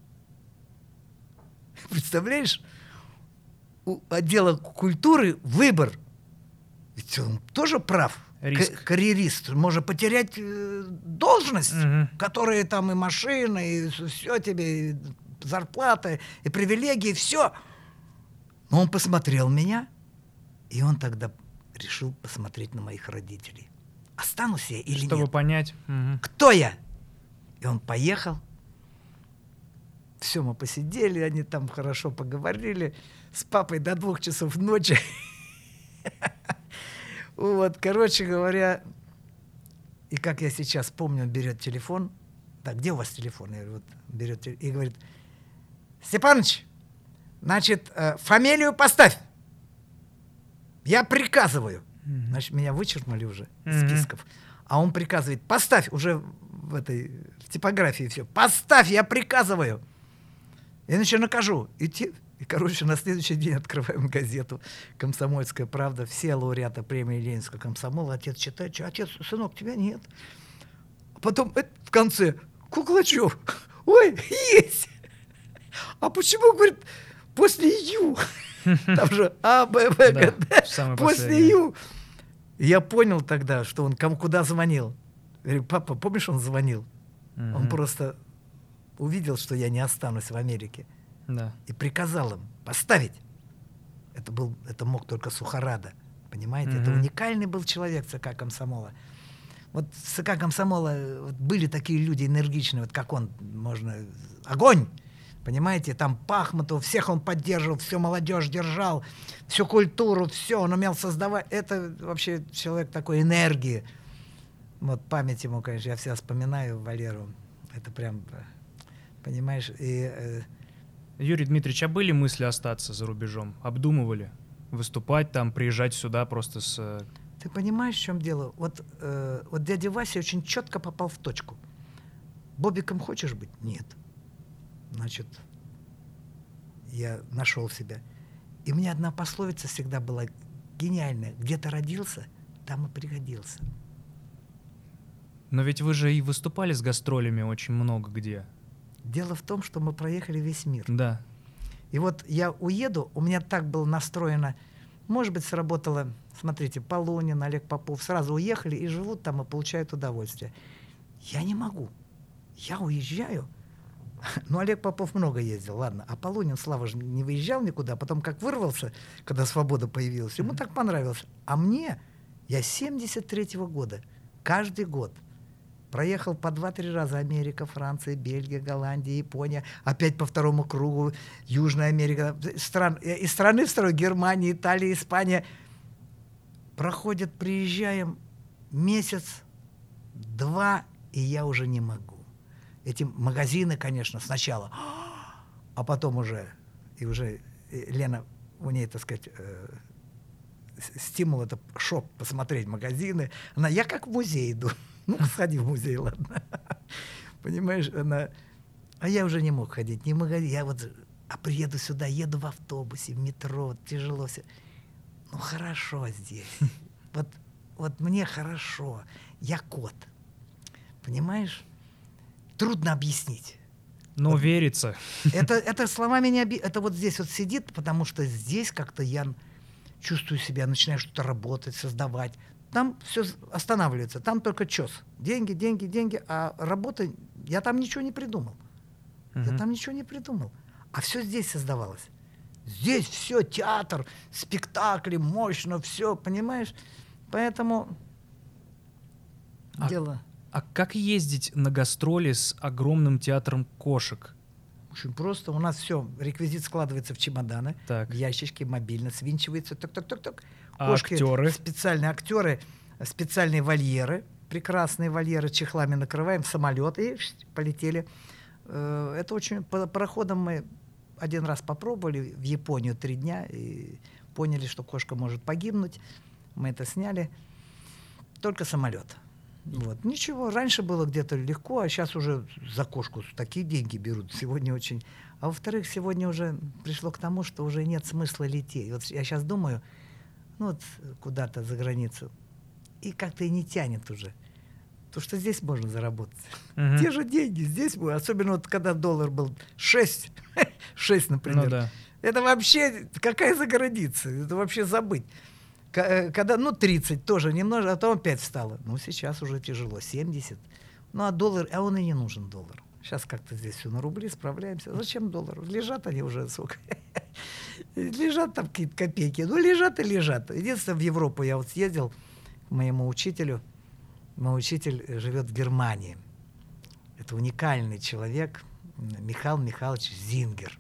Представляешь, у отдела культуры выбор. Ведь он тоже прав. Карьерист может потерять должность, которая там и машина, и все тебе, и зарплата, и привилегии, все. Но он посмотрел меня, и он тогда решил посмотреть на моих родителей. Останусь я или нет? Чтобы понять. Кто я? И он поехал. Все, мы посидели, они там хорошо поговорили с папой до 2 часов ночи. Вот, короче говоря, и как я сейчас помню, он берет телефон. Так, где у вас телефон? Я говорю, вот, берет и говорит: Степаныч, значит, фамилию поставь. Я приказываю. Значит, меня вычеркнули уже из списков. А он приказывает: поставь уже в типографии все. Поставь, я приказываю. Иначе накажу. И, короче, на следующий день открываем газету «Комсомольская правда». Все лауреаты премии Ленинского комсомола. Отец читает: что, отец, сынок, тебя нет. А потом в конце: Куклачев, ой, есть. А почему, говорит, после Ю? Там же А, Б, В, Г, Д. После Ю. Я понял тогда, что он куда звонил. Я говорю: папа, помнишь, он звонил? Он просто увидел, что я не останусь в Америке. Да. И приказал им поставить. Это мог только Сухорада. Понимаете? Это уникальный был человек ЦК комсомола. Вот в ЦК комсомола вот были такие люди энергичные, вот как он, можно... Огонь! Понимаете? Там Пахмутов, всех он поддерживал, всю молодежь держал, всю культуру, все, он умел создавать. Это вообще человек такой энергии. Вот память ему, конечно, я всегда вспоминаю Валеру. Это прям, понимаешь, и... Юрий Дмитриевич, а были мысли остаться за рубежом? Обдумывали? Выступать там, приезжать сюда просто с... Ты понимаешь, в чем дело? Вот дядя Вася очень четко попал в точку. Бобиком хочешь быть? Нет. Значит, я нашел себя. И у меня одна пословица всегда была гениальная. Где ты родился, там и пригодился. Но ведь вы же и выступали с гастролями очень много где. Дело в том, что мы проехали весь мир. Да. И вот я уеду, у меня так было настроено, может быть, сработало, смотрите, Полунин, Олег Попов, сразу уехали и живут там и получают удовольствие. Я не могу. Я уезжаю. Ну, Олег Попов много ездил, ладно. А Полунин, Слава же не выезжал никуда. Потом как вырвался, когда свобода появилась, ему так понравилось. А мне, я 73-го года, каждый год проехал по 2-3 раза Америка, Франция, Бельгия, Голландия, Япония, опять по второму кругу Южная Америка, из страны в страну, Германия, Италия, Испания. Приезжаем месяц, 2, и я уже не могу. Эти магазины, конечно, сначала, а потом уже Лена, у нее, так сказать, стимул — это шоп, посмотреть магазины. Я как в музей иду. Ну, сходи в музей, ладно. Понимаешь, а я уже не мог ходить ни в магазин. Приеду сюда, еду в автобусе, в метро, тяжело все. Ну, хорошо здесь. Вот мне хорошо. Я кот. Понимаешь? Трудно объяснить. Но верится. Это словами не это вот здесь вот сидит, потому что здесь как-то я чувствую себя, начинаю что-то работать, создавать. Там все останавливается, там только чес. Деньги, деньги, деньги, а работа, я там ничего не придумал. Я там ничего не придумал. А все здесь создавалось. Здесь все, театр, спектакли, мощно, все, понимаешь? Поэтому дело... А как ездить на гастроли с огромным театром кошек? Очень просто. У нас все, реквизит складывается в чемоданы, в ящички, мобильно свинчивается. Тук-тук-тук-тук. Кошки, актеры? Специальные актеры, специальные вольеры, прекрасные вольеры, чехлами накрываем, самолет и полетели. Это очень... Пароходом мы один раз попробовали в Японию 3 дня и поняли, что кошка может погибнуть. Мы это сняли. Только самолет. Вот. Ничего, раньше было где-то легко, а сейчас уже за кошку такие деньги берут. Сегодня очень... А во-вторых, сегодня уже пришло к тому, что уже нет смысла лететь. Вот я сейчас думаю, куда-то за границу, и как-то и не тянет уже. Потому что здесь можно заработать. Те же деньги здесь, особенно когда доллар был 6, например. Ну, да. Это вообще, какая за граница? Это вообще забыть. Когда, 30 тоже немного, а потом опять встало. Сейчас уже тяжело, 70. А доллар, он и не нужен, доллар. Сейчас как-то здесь все на рубли справляемся. Зачем доллар? Лежат они уже, сколько? Лежат там какие-то копейки. Лежат и лежат. Единственное, в Европу я съездил к моему учителю. Мой учитель живет в Германии. Это уникальный человек, Михаил Михайлович Зингер.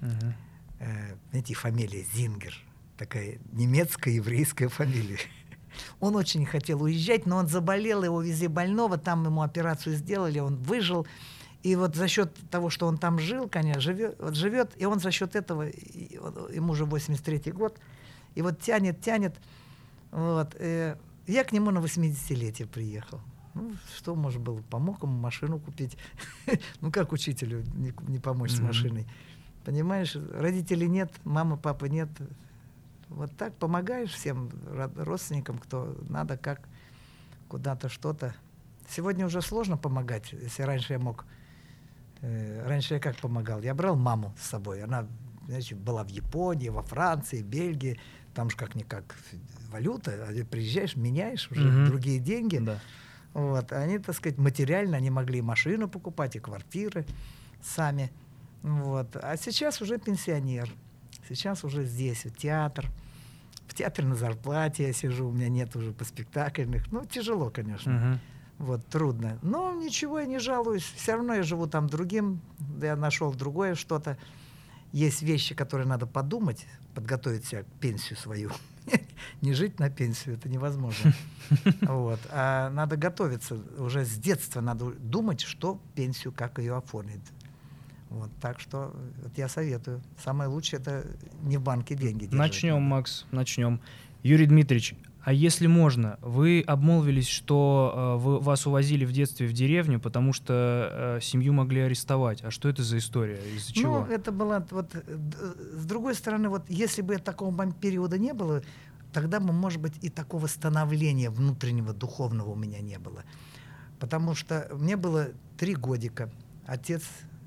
Знаете, фамилия Зингер. Такая немецкая еврейская фамилия. Он очень хотел уезжать, но он заболел, его везли больного, там ему операцию сделали, он выжил. И вот за счет того, что он там жил, конечно, живет, и он за счет этого, ему уже 83-й год, и вот тянет. Вот. Я к нему на 80-летие приехал. Ну, что может было? Помог ему машину купить. Ну, как учителю не помочь с машиной? Понимаешь, родителей нет, мамы, папы нет. Вот так помогаешь всем родственникам, кто надо, как, куда-то, что-то. Сегодня уже сложно помогать, если раньше я мог. Раньше я как помогал? Я брал маму с собой. Она, значит, была в Японии, во Франции, Бельгии. Там же как-никак валюта. А ты приезжаешь, меняешь уже другие деньги. Да. Вот. Они, так сказать, материально, они могли и машину покупать, и квартиры сами. Вот. А сейчас уже пенсионер. Сейчас уже здесь, театр. В театре на зарплате я сижу, у меня нет уже по спектакльных. Ну, тяжело, конечно. Вот, трудно. Но ничего, я не жалуюсь. Все равно я живу там другим. Я нашел другое что-то. Есть вещи, которые надо подумать, подготовить себя к пенсию свою. Не жить на пенсию, это невозможно. Вот. А надо готовиться. Уже с детства надо думать, что пенсию, как ее оформить. Вот. Так что вот я советую. Самое лучшее — это не в банке деньги держать. Начнем, Макс, начнем. Юрий Дмитриевич, а если можно, вы обмолвились, что вас увозили в детстве в деревню, потому что семью могли арестовать. А что это за история? Из-за чего? Ну, это была вот с другой стороны, вот если бы такого периода не было, тогда бы, может быть, и такого становления внутреннего, духовного у меня не было. Потому что мне было 3 годика, отец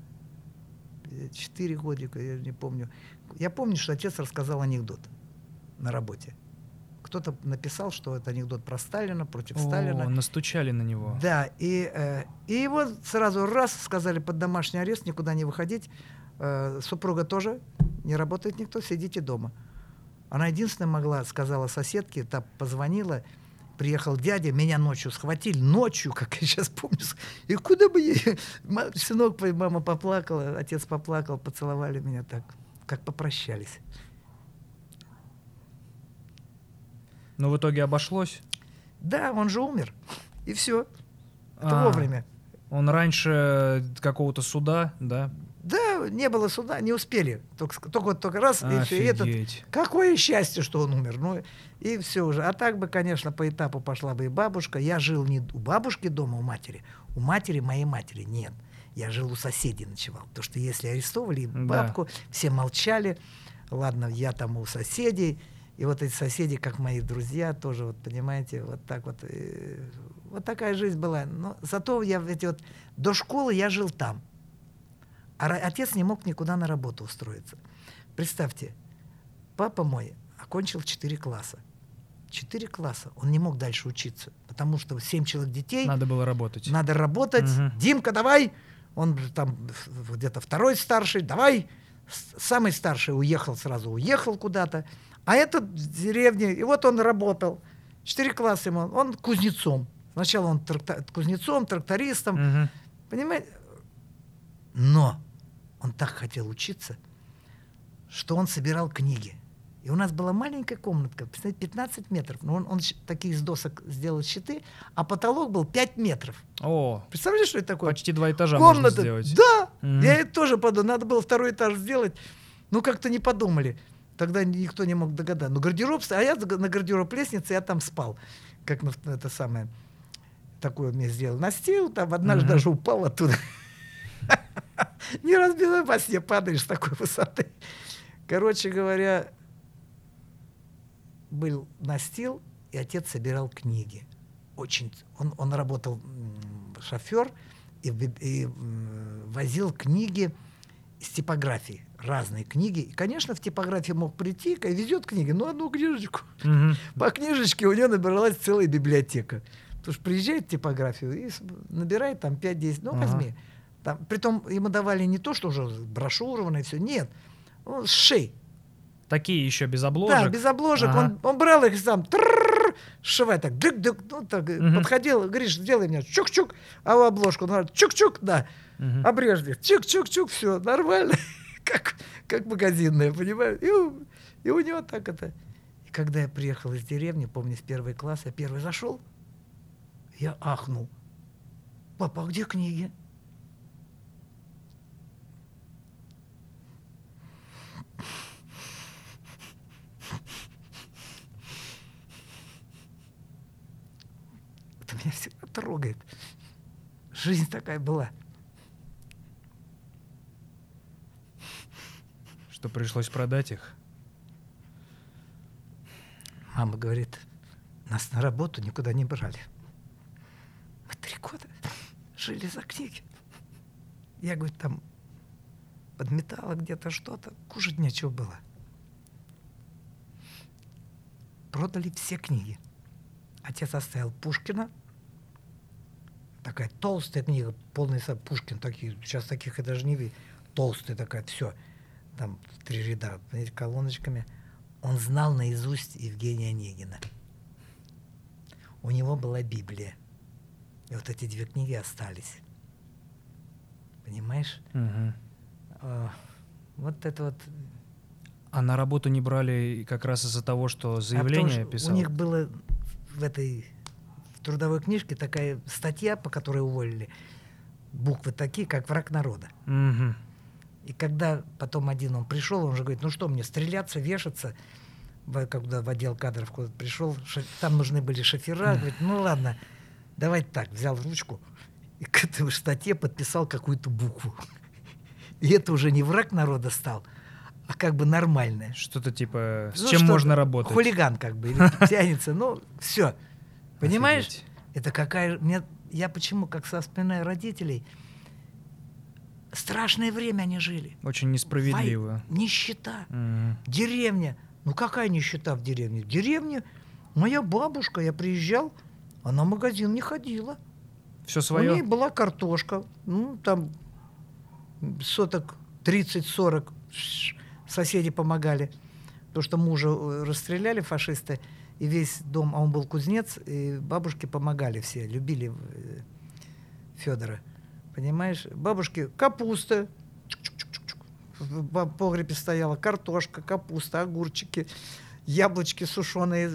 4 годика, я не помню. Я помню, что отец рассказал анекдот на работе. Кто-то написал, что это анекдот про Сталина, против Сталина. Настучали на него. Да, и его сразу раз сказали под домашний арест, никуда не выходить. Супруга тоже, не работает никто, сидите дома. Она единственная могла, сказала соседке, та позвонила, приехал дядя, меня ночью схватили, ночью, как я сейчас помню. И куда бы я... Сынок, мама поплакала, отец поплакал, поцеловали меня так, как попрощались. Но в итоге обошлось? Да, он же умер. И все. Это вовремя. Он раньше какого-то суда, да? Да, не было суда, не успели. Только раз, и все. И этот, какое счастье, что он умер. Ну, и все уже. А так бы, конечно, по этапу пошла бы и бабушка. Я жил не у бабушки дома, у матери. У матери, моей матери, нет. Я жил у соседей, ночевал. Потому что если арестовали бабку, все молчали. Ладно, я там у соседей. И вот эти соседи, как мои друзья, тоже, вот, понимаете, вот так вот. Вот такая жизнь была. Но зато я до школы я жил там. А отец не мог никуда на работу устроиться. Представьте, папа мой окончил 4 класса. 4 класса. Он не мог дальше учиться, потому что 7 человек детей. Надо было работать. Надо работать. Димка, давай! Он там где-то 2-й старший, давай! Самый старший уехал куда-то. А этот в деревне, и вот он работал. 4 класса ему, он кузнецом. Сначала он кузнецом, трактористом. Понимаете? Но он так хотел учиться, что он собирал книги. И у нас была маленькая комнатка, 15 метров. Но он такие из досок сделал щиты, а потолок был 5 метров. О, представляешь, что это такое? Почти 2 этажа комната можно сделать. Да, я это тоже подумал. Надо было 2-й этаж сделать. Ну, как-то не подумали. Тогда никто не мог догадаться. Ну, гардероб, а я на гардероб лестнице, я там спал. Как это самое, такое мне сделал. Настил, там однажды даже упал оттуда. Не разбил, во сне падаешь с такой высоты. Короче говоря, был настил, и отец собирал книги. Очень. Он работал шофер и возил книги из типографии. Разные книги. И, конечно, в типографии мог прийти, и везет книги, ну, одну книжечку. По книжечке у него набралась целая библиотека. Потому что приезжает в типографию и набирает там 5-10, ну, возьми. Там, притом ему давали не то, что уже брошюрованное все, нет. Он с шеи. Такие еще без обложек? Да, без обложек. Он брал их сам, сшивать так, дык-дык, ну, так, подходил, говоришь, сделай мне чук-чук, а в обложку, ну, чук-чук, да, обрежь их, чук-чук-чук, все, нормально. Как магазинная, понимаешь? И у него так это. И когда я приехал из деревни, помню, в 1 класс, я первый зашел, я ахнул. Папа, а где книги? Это меня всегда трогает. Жизнь такая была. Что пришлось продать их? Мама говорит, нас на работу никуда не брали. Мы 3 года жили за книги. Я, говорит, там подметала где-то что-то, кушать нечего было. Продали все книги. Отец оставил Пушкина. Такая толстая книга, полный Пушкин, такие, сейчас таких я даже не видел. Толстая такая, все. Там 3 ряда, знаете, колоночками. Он знал наизусть Евгения Онегина. У него была Библия. И вот эти 2 книги остались. Понимаешь? Вот это вот. А на работу не брали как раз из-за того, что заявление писал? У них было в трудовой книжке такая статья, по которой уволили. Буквы такие, как «Враг народа». Угу. И когда потом один он пришел, он же говорит, ну что мне, стреляться, вешаться? Когда в отдел кадров куда-то пришел, там нужны были шофера. Говорит, ну ладно, давай так. Взял ручку и к этой статье подписал какую-то букву. И это уже не враг народа стал, а как бы нормальное. Что-то типа, с чем можно работать. Хулиган как бы, или тянется, ну все. Понимаешь? Офигеть. Это какая... Я почему, как вспоминаю родителей, страшное время они жили. Очень несправедливо. Нищета. Угу. Деревня. Ну какая нищета в деревне? В деревне моя бабушка, я приезжал, она в магазин не ходила. Все свое? У нее была картошка, ну там соток 30-40 соседи помогали. Потому что мужа расстреляли фашисты, и весь дом, а он был кузнец, и бабушки помогали все, любили Федора. Понимаешь? Бабушки капуста, в погребе стояла картошка, капуста, огурчики, яблочки сушеные,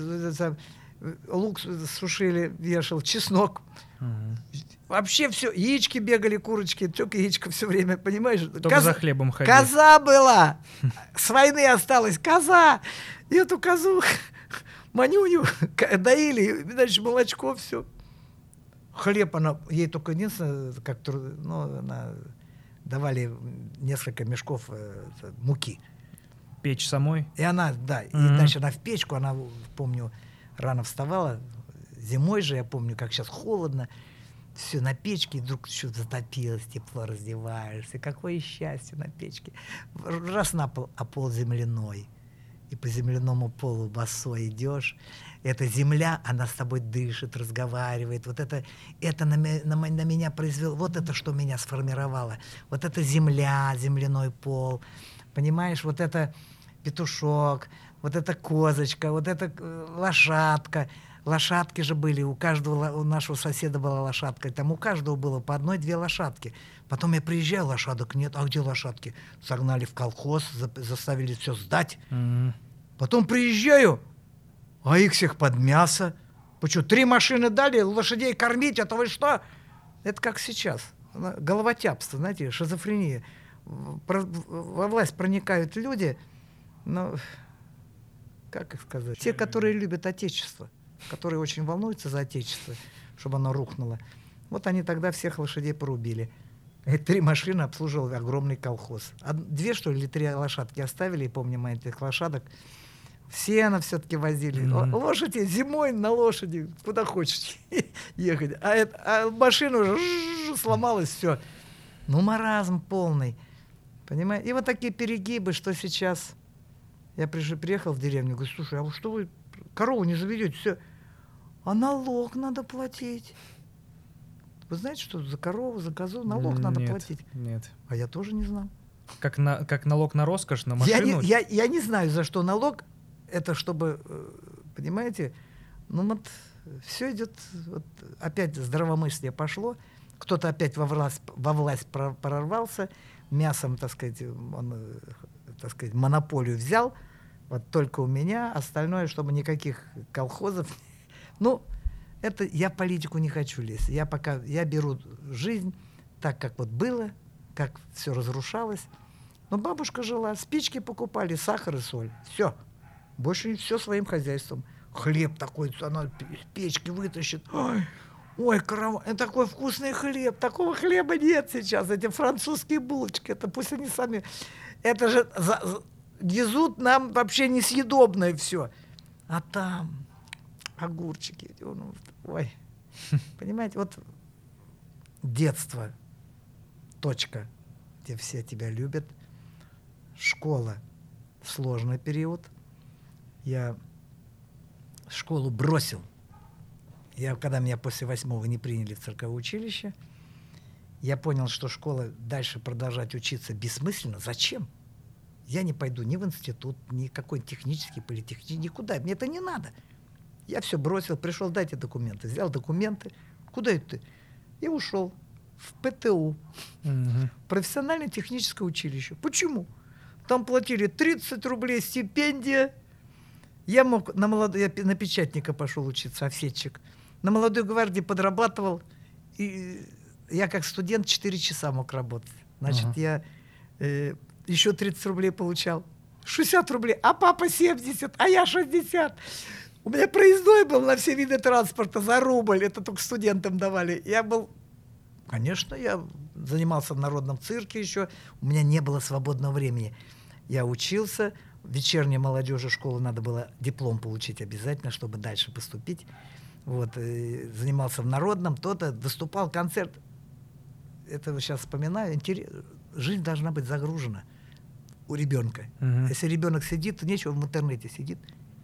лук сушили, вешал, чеснок. Угу. Вообще все, яички бегали, курочки, только яичко все время, понимаешь? Только за хлебом ходили. Коза была! С войны осталась коза! И эту козу, Манюню, доили, дальше молочко, все. Хлеб она, ей только единственное, она давали несколько мешков муки. Печь самой? И она, да, и дальше она в печку, она, помню, рано вставала, зимой же, я помню, как сейчас холодно, все на печке, и вдруг что-то затопилось, тепло, раздеваешься, какое счастье на печке. Раз на пол, а пол земляной, и по земляному полу босой идешь, эта земля, она с тобой дышит, разговаривает. Вот это на меня произвело, вот это, что меня сформировало. Вот это земля, земляной пол, понимаешь, вот это петушок, вот эта козочка, вот эта лошадка. Лошадки же были, у нашего соседа была лошадка, там у каждого было по 1-2 лошадки. Потом я приезжаю, лошадок нет, а где лошадки? Согнали в колхоз, заставили все сдать. Потом приезжаю, а их всех под мясо. Почему? 3 машины дали, лошадей кормить, это вы что? Это как сейчас. Головотяпство, знаете, шизофрения. Во власть проникают люди, ну, как их сказать? Те, которые любят Отечество, которые очень волнуются за Отечество, чтобы оно рухнуло. Вот они тогда всех лошадей порубили. И 3 машины обслуживал огромный колхоз. 2, что ли, или 3 лошадки оставили, и помню, мы этих лошадок. Сено все-таки возили. Лошади зимой на лошади, куда хочешь ехать. А машина уже сломалась, все. Ну, маразм полный. Понимаете? И вот такие перегибы, что сейчас. Я приехал в деревню, говорю, слушай, а что вы корову не заведете? Все. А налог надо платить. Вы знаете, что за корову, за козу налог надо платить? Нет. А я тоже не знал. Как налог на роскошь, на машину? Я не знаю, за что налог. Это чтобы, понимаете, ну вот все идет, вот опять здравомыслие пошло, кто-то опять во власть прорвался, мясом, так сказать, он, так сказать, монополию взял, Вот только у меня, остальное, чтобы никаких колхозов. Ну, это я в политику не хочу лезть. Я беру жизнь так, как вот было, как все разрушалось. Но бабушка жила, спички покупали, сахар и соль. Все. Больше все своим хозяйством. Хлеб такой, она из печки вытащит. Ой, это такой вкусный хлеб. Такого хлеба нет сейчас. Эти французские булочки, это пусть они сами... Это же везут нам вообще несъедобное все. А там огурчики. Ой. Понимаете, вот детство. Точка. Где все тебя любят. Школа. Сложный период. Я школу бросил. Когда меня после 8-го не приняли в цирковое училище, я понял, что школа дальше продолжать учиться бессмысленно. Зачем? Я не пойду ни в институт, ни какой-нибудь технический, политехнический, никуда. Мне это не надо. Я все бросил, пришел, дайте документы. Взял документы. Куда это ты? И ушел в ПТУ. Профессиональное техническое училище. Почему? Там платили 30 рублей стипендия. Я на печатника пошел учиться, офсетчик. На молодой гвардии подрабатывал. И я как студент 4 часа мог работать. Значит, я еще 30 рублей получал. 60 рублей, а папа 70, а я 60. У меня проездной был на все виды транспорта за рубль. Это только студентам давали. Конечно, я занимался в народном цирке еще. У меня не было свободного времени. Я учился. В вечерней молодежи школы надо было диплом получить обязательно, чтобы дальше поступить. Вот, занимался в народном, то-то, выступал, концерт. Это сейчас вспоминаю. Жизнь должна быть загружена у ребенка. Если ребенок сидит, то нечего в интернете сидит.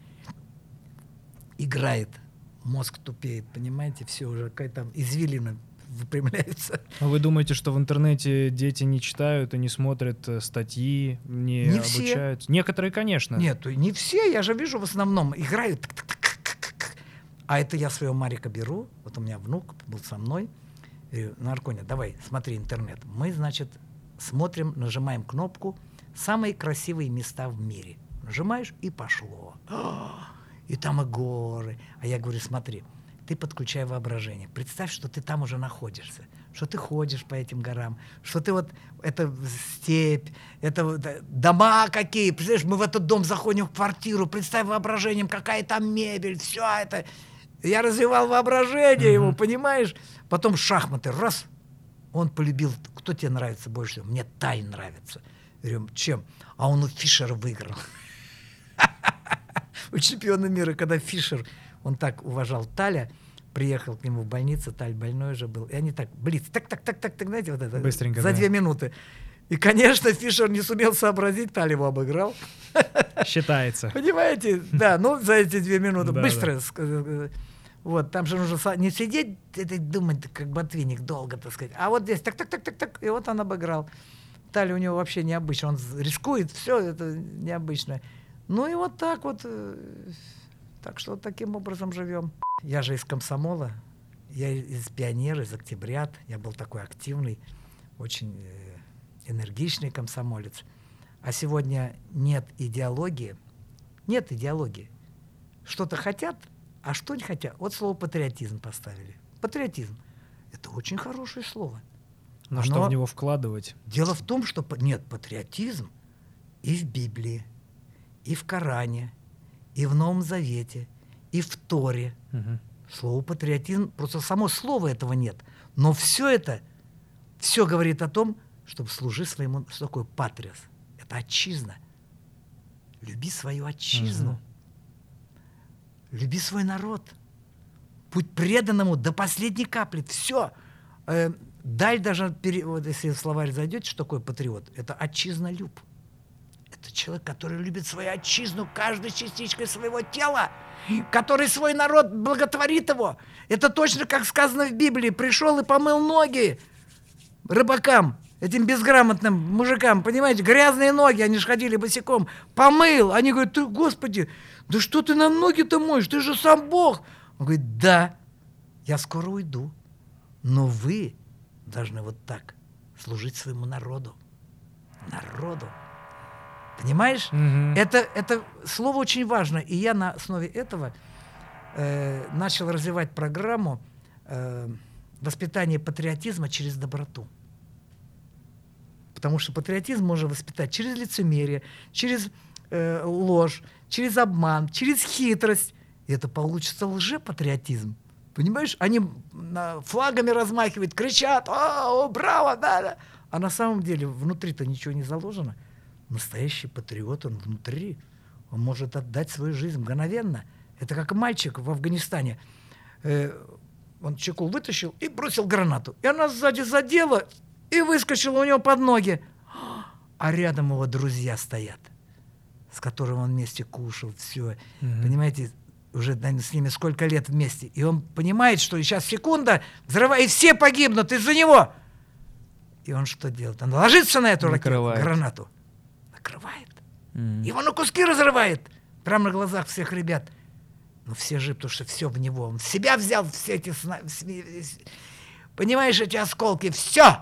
Играет, мозг тупеет, понимаете, все уже какая-то извилина выпрямляется. А вы думаете, что в интернете дети не читают и не смотрят статьи, не обучают? Все. Некоторые, конечно. Нет, не все, я же вижу в основном играют. А это я своего Марика беру, вот у меня внук был со мной, говорю, Арконя, давай, смотри интернет. Мы, значит, смотрим, нажимаем кнопку «Самые красивые места в мире». Нажимаешь, и пошло. И там и горы. А я говорю, смотри, ты подключай воображение. Представь, что ты там уже находишься, что ты ходишь по этим горам, что ты вот, это степь, это дома какие. Представляешь, мы в этот дом заходим в квартиру, представь воображением, какая там мебель, все это. Я развивал воображение его, понимаешь? Потом шахматы, раз, он полюбил. Кто тебе нравится больше всего? Мне Тай нравится. Я говорю, чем? А он у Фишера выиграл. У чемпиона мира, когда Фишер, он так уважал Таля, приехал к нему в больницу, Таль больной уже был, и они так, блиц, так, знаете, вот это, быстренько, за 2 минуты. И, конечно, Фишер не сумел сообразить, Таль его обыграл. Считается. Понимаете? Да, ну, за эти 2 минуты. Быстро. Вот, там же нужно не сидеть, думать, как ботвинник, долго, так сказать. А вот здесь, так, и вот он обыграл. Таль у него вообще необычно, он рискует, все это необычно. Ну и вот так вот. Так что вот таким образом живем. Я же из комсомола, я из пионера, из октябрят. Я был такой активный, очень энергичный комсомолец. А сегодня нет идеологии. Нет идеологии. Что-то хотят, а что не хотят. Вот слово патриотизм поставили. Патриотизм. Это очень хорошее слово. Но что в него вкладывать? Дело в том, что нет, патриотизм и в Библии, и в Коране, и в Новом Завете, и в Торе. Слово патриотизм, просто само слова этого нет. Но все это, все говорит о том, чтобы служить своему, что такое патриос? Это отчизна. Люби свою отчизну. Люби свой народ. Будь преданному до последней капли. Все. Даль даже, вот если в словарь зайдете, что такое патриот? Это отчизнолюб. Это человек, который любит свою отчизну каждой частичкой своего тела, который свой народ благотворит его. Это точно, как сказано в Библии. Пришел и помыл ноги рыбакам, этим безграмотным мужикам, понимаете, грязные ноги, они же ходили босиком. Помыл. Они говорят, ты, Господи, да что ты нам ноги-то моешь? Ты же сам Бог. Он говорит, да, я скоро уйду, но вы должны вот так служить своему народу. Народу. Понимаешь? Мгм. Это слово очень важно. И я на основе этого начал развивать программу воспитания патриотизма через доброту. Потому что патриотизм можно воспитать через лицемерие, через ложь, через обман, через хитрость. И это получится лжепатриотизм. Понимаешь? Они флагами размахивают, кричат: «О, браво, да!» А на самом деле внутри-то ничего не заложено. Настоящий патриот, он внутри. Он может отдать свою жизнь мгновенно. Это как мальчик в Афганистане. Он чекул вытащил и бросил гранату. И она сзади задела и выскочила у него под ноги. А рядом его друзья стоят, с которыми он вместе кушал, все. Понимаете, уже с ними сколько лет вместе. И он понимает, что сейчас секунда, взрывает, и все погибнут из-за него. И он что делает? Он ложится на эту гранату. Накрывает. Его на куски разрывает. Прямо на глазах всех ребят. Но все живы, потому что все в него. Он в себя взял все эти... Понимаешь, эти осколки. Все!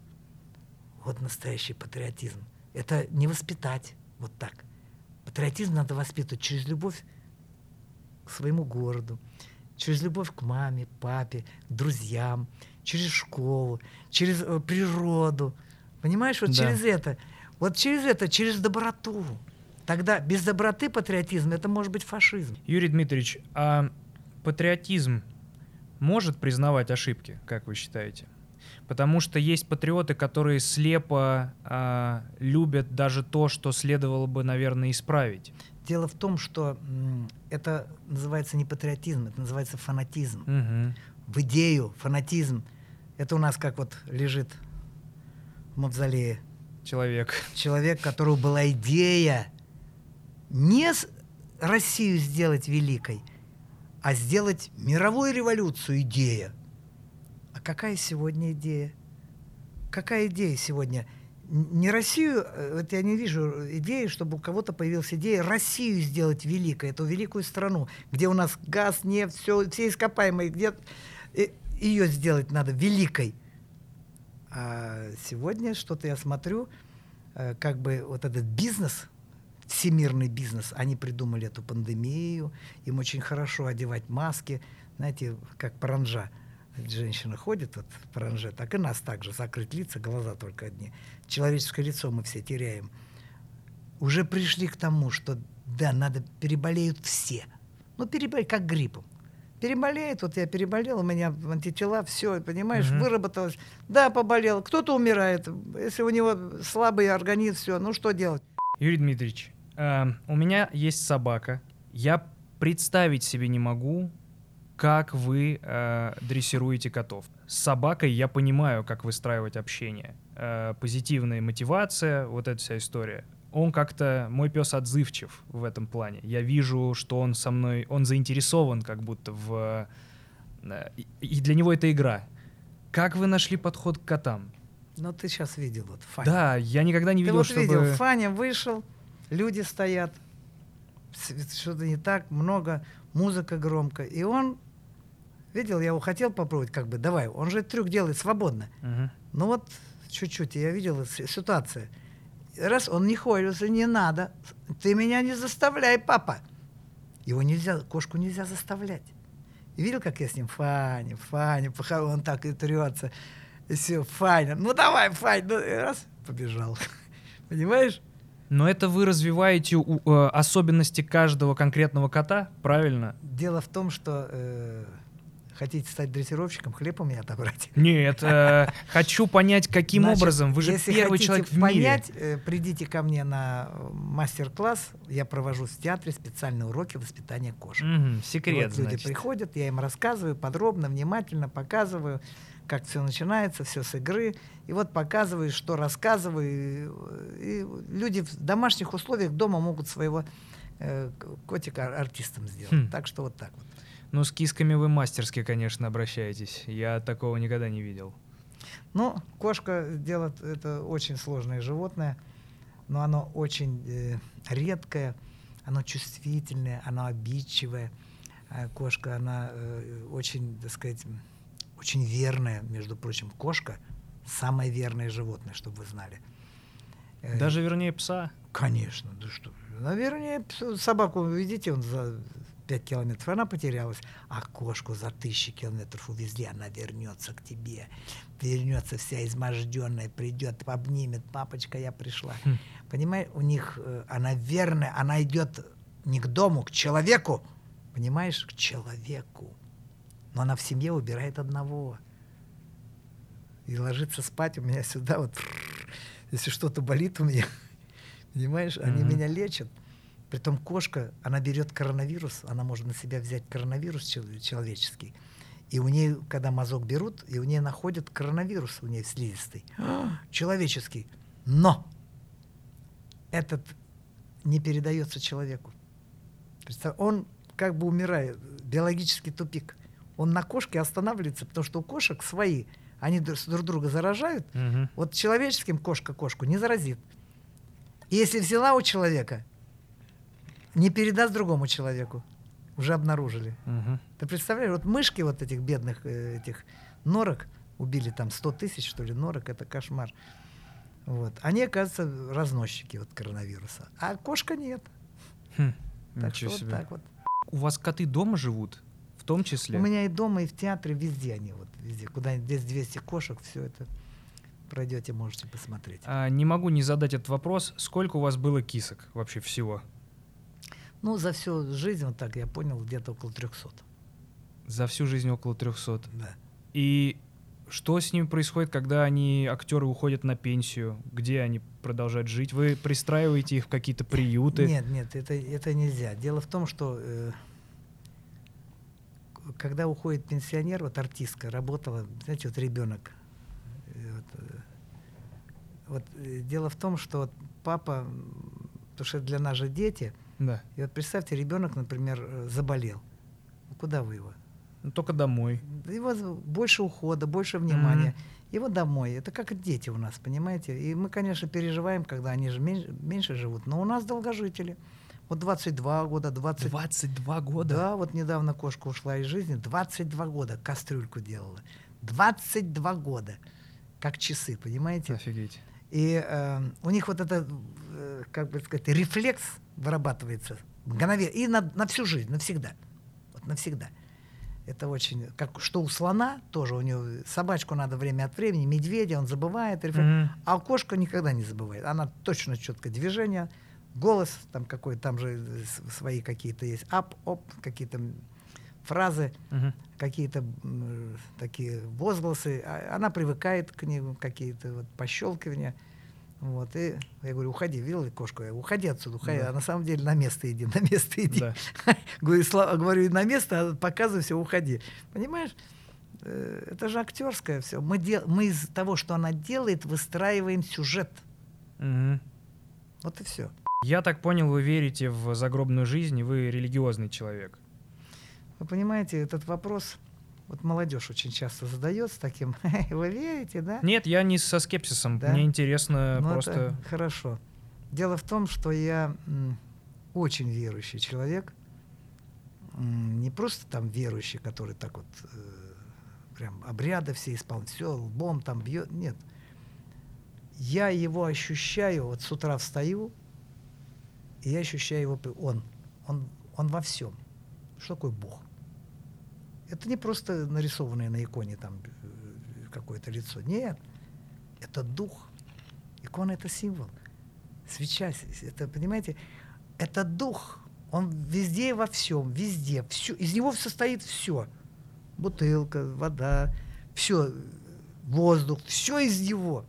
Вот настоящий патриотизм. Это не воспитать вот так. Патриотизм надо воспитывать через любовь к своему городу, через любовь к маме, папе, друзьям, через школу, через природу. Понимаешь, вот через это. Вот через это, через доброту. Тогда без доброты патриотизм — это может быть фашизм. Юрий Дмитриевич, а патриотизм может признавать ошибки, как вы считаете? Потому что есть патриоты, которые слепо любят даже то, что следовало бы, наверное, исправить. Дело в том, что это называется не патриотизм, это называется фанатизм. В идею, фанатизм. Это у нас как вот лежит в мавзолее. Человек, у которого была идея не Россию сделать великой, а сделать мировую революцию. Идея. А какая сегодня идея? Какая идея сегодня? Не Россию, вот я не вижу идеи, чтобы у кого-то появилась идея Россию сделать великой, эту великую страну, где у нас газ, нефть, все ископаемые, где ее сделать надо великой. А сегодня что-то я смотрю, как бы вот этот бизнес, всемирный бизнес, они придумали эту пандемию, им очень хорошо одевать маски, знаете, как паранжа. Женщина ходит вот в паранже, так и нас также, закрыть лица, глаза только одни. Человеческое лицо мы все теряем. Уже пришли к тому, что да, переболеют все. Ну, переболеют, как гриппом. Переболеет, вот я переболел, у меня антитела, все, понимаешь, выработалось. Да, поболел, кто-то умирает. Если у него слабый организм, все, ну что делать? Юрий Дмитриевич, у меня есть собака. Я представить себе не могу, как вы дрессируете котов. С собакой я понимаю, как выстраивать общение. Позитивная мотивация, вот эта вся история. Он как-то, мой пес отзывчив в этом плане. Я вижу, что он со мной, он заинтересован как будто и для него это игра. Как вы нашли подход к котам? Ну, ты сейчас видел, вот, Фаня. Да, я никогда не видел, чтобы... Ты вот видел, Фаня вышел, люди стоят, что-то не так, много, музыка громко, и он, видел, я его хотел попробовать, как бы, давай, он же трюк делает свободно. Ну вот, чуть-чуть, я видел ситуацию. Раз он не хвалился, не надо, ты меня не заставляй, папа. Его нельзя, кошку нельзя заставлять. И видел, как я с ним, Фаня, он так и трется. И все, Фаня, ну давай, Фань, ну, раз, побежал. Понимаешь? Но это вы развиваете особенности каждого конкретного кота, правильно? Дело в том, что хотите стать дрессировщиком, хлеб у меня отобрать? Нет, хочу понять, каким образом. Вы же первый человек в мире. Придите ко мне на мастер-класс. Я провожу в театре специальные уроки воспитания кошек. Секрет, вот люди приходят, я им рассказываю подробно, внимательно показываю, как все начинается, все с игры. И вот показываю, что рассказываю. И люди в домашних условиях дома могут своего котика артистом сделать. Так что вот так вот. Ну, с кисками вы мастерски, конечно, обращаетесь. Я такого никогда не видел. Ну, кошка делает, это очень сложное животное, но оно очень редкое, оно чувствительное, оно обидчивое. Кошка, она очень, так сказать, очень верная, между прочим. Кошка — самое верное животное, чтобы вы знали. Даже вернее пса? Конечно, да что. Наверное, собаку, видите, он за 5 километров, она потерялась, а кошку за 1000 километров увезли, она вернется к тебе, вернется вся изможденная, придет, обнимет, папочка, я пришла. Понимаешь, у них, она верная, она идет не к дому, к человеку, понимаешь, к человеку. Но она в семье убирает одного. И ложится спать у меня сюда, вот, если что-то болит у меня, понимаешь, они меня лечат. Притом кошка, она берет коронавирус, она может на себя взять коронавирус человеческий. И у нее, когда мазок берут, и у нее находят коронавирус, у нее слизистый, человеческий. Но этот не передается человеку. Представь, он как бы умирает, биологический тупик. Он на кошке останавливается, потому что у кошек свои, они друг друга заражают. Вот человеческим кошка кошку не заразит. И если взяла у человека, не передаст другому человеку. Уже обнаружили. Ты представляешь, вот мышки вот этих бедных этих норок, убили там 100 тысяч, что ли, норок, это кошмар. Вот. Они, оказывается, разносчики вот коронавируса. А кошка нет. Так что вот так вот. У вас коты дома живут? В том числе? У меня и дома, и в театре, везде они. Вот, везде. Куда здесь 200 кошек, все это пройдете, можете посмотреть. Не могу не задать этот вопрос. Сколько у вас было кисок вообще всего? Ну, за всю жизнь, вот так я понял, где-то около 300. За всю жизнь около 300? Да. И что с ними происходит, когда актеры уходят на пенсию? Где они продолжают жить? Вы пристраиваете их в какие-то приюты? Нет, это нельзя. Дело в том, что когда уходит пенсионер, вот артистка работала, знаете, вот ребенок. Дело в том, что вот папа, потому что для нас же дети. Да. И вот представьте, ребенок, например, заболел. Куда вы его? Только домой. Его больше ухода, больше внимания. Его домой. Это как дети у нас, понимаете? И мы, конечно, переживаем, когда они же меньше живут. Но у нас долгожители. Вот 22 года, 20... 22 года? Да, вот недавно кошка ушла из жизни. 22 года кастрюльку делала. 22 года. Как часы, понимаете? Офигеть. И у них вот это, как бы сказать, рефлекс вырабатывается мгновенно. И на всю жизнь, навсегда. Вот навсегда. Это очень... Что у слона, тоже у него собачку надо время от времени, медведя, он забывает. А кошка никогда не забывает. Она точно четкое движение, голос там какой-то, там же свои какие-то есть. Ап-оп, какие-то фразы, какие-то такие возгласы. Она привыкает к ним, какие-то вот пощелкивания. Вот, и я говорю, уходи, видел кошку? Я, уходи отсюда, уходи. Да. А на самом деле на место иди, на место иди. Да. Говорю, на место, а показывай, все, уходи. Понимаешь? Это же актерское все. Мы из того, что она делает, выстраиваем сюжет. Вот и все. Я так понял, вы верите в загробную жизнь, и вы религиозный человек. Вы понимаете, этот вопрос... Вот молодежь очень часто задает с таким, вы верите, да? Нет, я не со скепсисом, да? Мне интересно просто... Это хорошо. Дело в том, что я очень верующий человек, не просто там верующий, который так вот прям обряды все исполняет, все лбом там бьет, нет. Я его ощущаю, вот с утра встаю, и я ощущаю его, он во всем. Что такое Бог? Это не просто нарисованное на иконе там какое-то лицо. Нет, это дух. Икона — это символ. Свеча, это, понимаете, это дух. Он везде и во всем, везде. Все, из него состоит все. Бутылка, вода, все, воздух, все из него.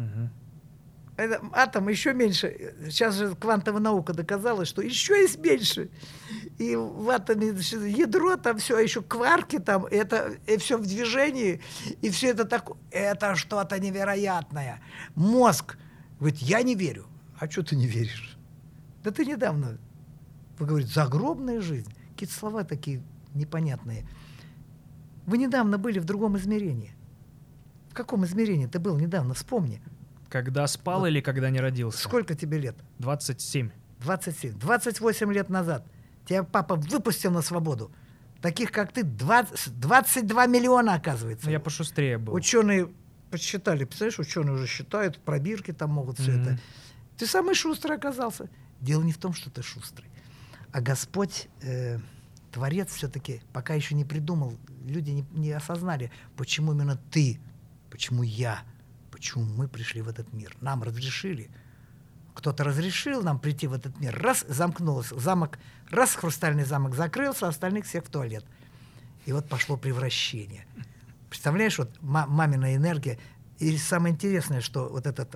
Это, атом еще меньше. Сейчас же квантовая наука доказала, что еще есть меньше. И в атоме ядро, там все, еще кварки, там, это и все в движении, и все это такое. Это что-то невероятное. Мозг говорит, я не верю. А что ты не веришь? Да ты недавно, вы говорите, загробная жизнь. Какие-то слова такие непонятные. Вы недавно были в другом измерении. В каком измерении ты был недавно? Вспомни. Когда спал или когда не родился? Сколько тебе лет? 27. 27. 28 лет назад тебя папа выпустил на свободу. Таких, как ты, 22 миллиона, оказывается. Ну, я пошустрее был. Ученые подсчитали, представляешь, ученые уже считают, пробирки там могут все это. Ты самый шустрый оказался. Дело не в том, что ты шустрый. А Господь, Творец все-таки, пока еще не придумал, люди не осознали, почему именно ты, почему я, почему мы пришли в этот мир. Нам разрешили. Кто-то разрешил нам прийти в этот мир. Раз, замкнулся замок, раз, хрустальный замок закрылся, остальных всех в туалет. И вот пошло превращение. Представляешь, вот мамина энергия. И самое интересное, что вот этот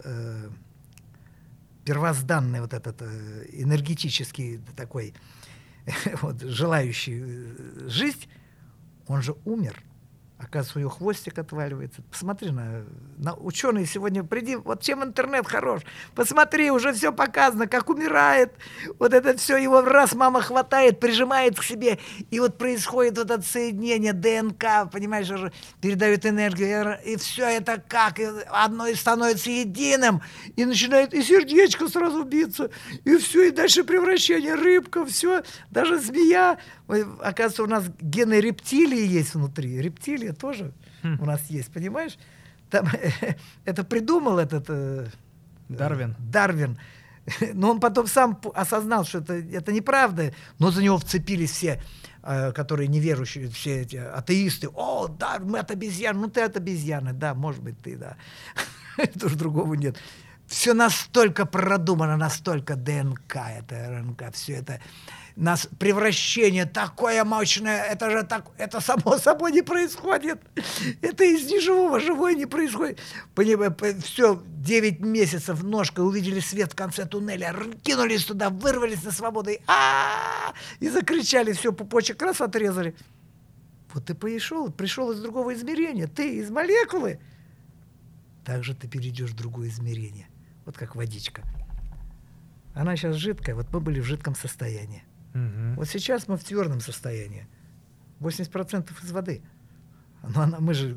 первозданный, вот этот энергетический такой, вот, желающий жить, он же умер. Оказывается, у него хвостик отваливается. Посмотри на ученые сегодня, приди, вот чем интернет хорош. Посмотри, уже все показано, как умирает. Вот это все, его раз мама хватает, прижимает к себе, и вот происходит вот это соединение ДНК, понимаешь, уже передает энергию, и все это как, и одно и становится единым, и начинает и сердечко сразу биться, и все, и дальше превращение, рыбка, все, даже змея. Оказывается, у нас гены рептилии есть внутри. Рептилия тоже у нас есть, понимаешь? Там, это придумал этот Дарвин. Но он потом сам осознал, что это неправда. Но за него вцепились все, которые неверующие, все эти атеисты. О, да, мы от обезьян. Ну, ты от обезьяны, да, может быть, ты, да. Тоже другого нет. Все настолько продумано, настолько ДНК, это РНК, все это... Нас превращение такое мощное, это же так, это само собой не происходит. Это из неживого живое не происходит. Все, 9 месяцев ножкой увидели свет в конце туннеля, кинулись туда, вырвались на свободу и закричали, все, пупочек раз отрезали. Вот ты пришел из другого измерения, ты из молекулы. Так же ты перейдешь в другое измерение, вот как водичка. Она сейчас жидкая, вот мы были в жидком состоянии. Угу. Вот сейчас мы в твердом состоянии. 80% из воды. Но мы же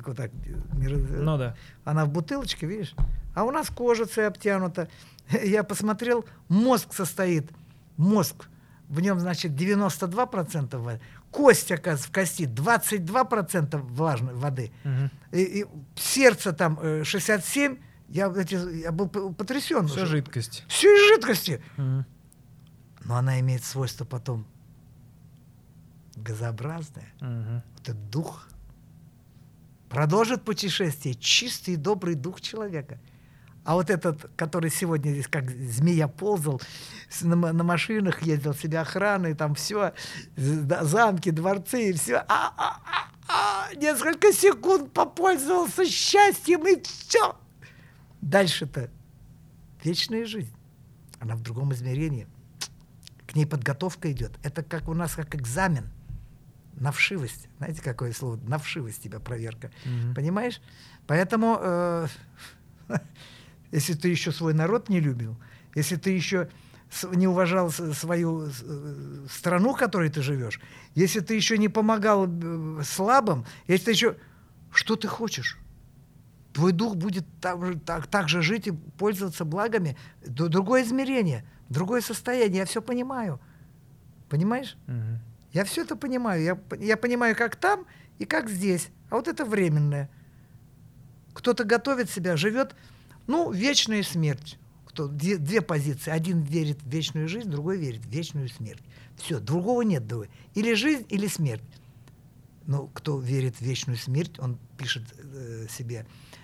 Ну да. Она в бутылочке, видишь? А у нас кожицей обтянута. Я посмотрел, мозг состоит. Мозг. В нем, значит, 92% воды. Кость, оказывается, в кости 22% воды. Угу. И сердце там 67%. Я был потрясен. Все жидкость. Все из жидкости. Угу. Но она имеет свойство потом газообразное. Угу. Вот этот дух продолжит путешествие, чистый и добрый дух человека. А вот этот, который сегодня здесь как змея ползал, на машинах ездил, себе охраной, там все, замки, дворцы и все. Несколько секунд попользовался счастьем и все. Дальше-то вечная жизнь. Она в другом измерении. К ней подготовка идет. Это как у нас, как экзамен на вшивость. Знаете, какое слово? На вшивость тебя проверка. Mm-hmm. Понимаешь? Поэтому, если ты еще свой народ не любил, если ты еще не уважал свою страну, в которой ты живешь, если ты еще не помогал слабым, если ты еще... Что ты хочешь? Твой дух будет так же жить и пользоваться благами. Другое измерение. Другое состояние, я все понимаю. Понимаешь? Угу. Я все это понимаю. Я понимаю, как там и как здесь. А вот это временное. Кто-то готовит себя, живет, вечная смерть. Две позиции. Один верит в вечную жизнь, другой верит в вечную смерть. Все, другого нет. Или жизнь, или смерть. Но кто верит в вечную смерть, он пишет себе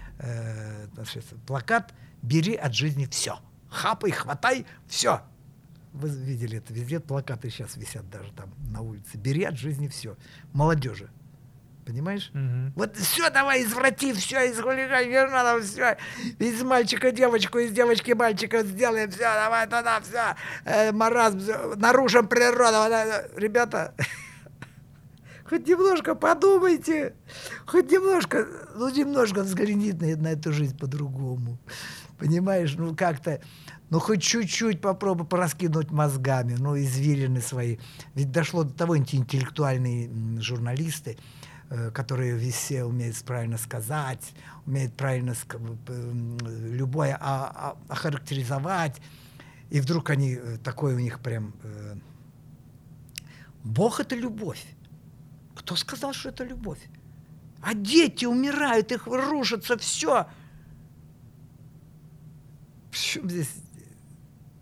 плакат «Бери от жизни все». Хапай, хватай, все. Вы видели это, везде плакаты сейчас висят даже там на улице. Бери от жизни все. Молодежи. Понимаешь? Угу. Вот все, давай, изврати, все, из хулигана, надо все. Из мальчика девочку, из девочки мальчика сделаем, все, давай туда, все. Маразм, нарушим природу. Ребята, хоть немножко подумайте, хоть немножко, немножко взгляните на эту жизнь по-другому. Понимаешь, как-то, хоть чуть-чуть попробуй пораскинуть мозгами, извилины свои. Ведь дошло до того, интеллектуальные журналисты, которые все умеют правильно сказать, умеют правильно любое охарактеризовать. И вдруг они, такое у них прям... Бог — это любовь. Кто сказал, что это любовь? А дети умирают, их рушится все. В чем здесь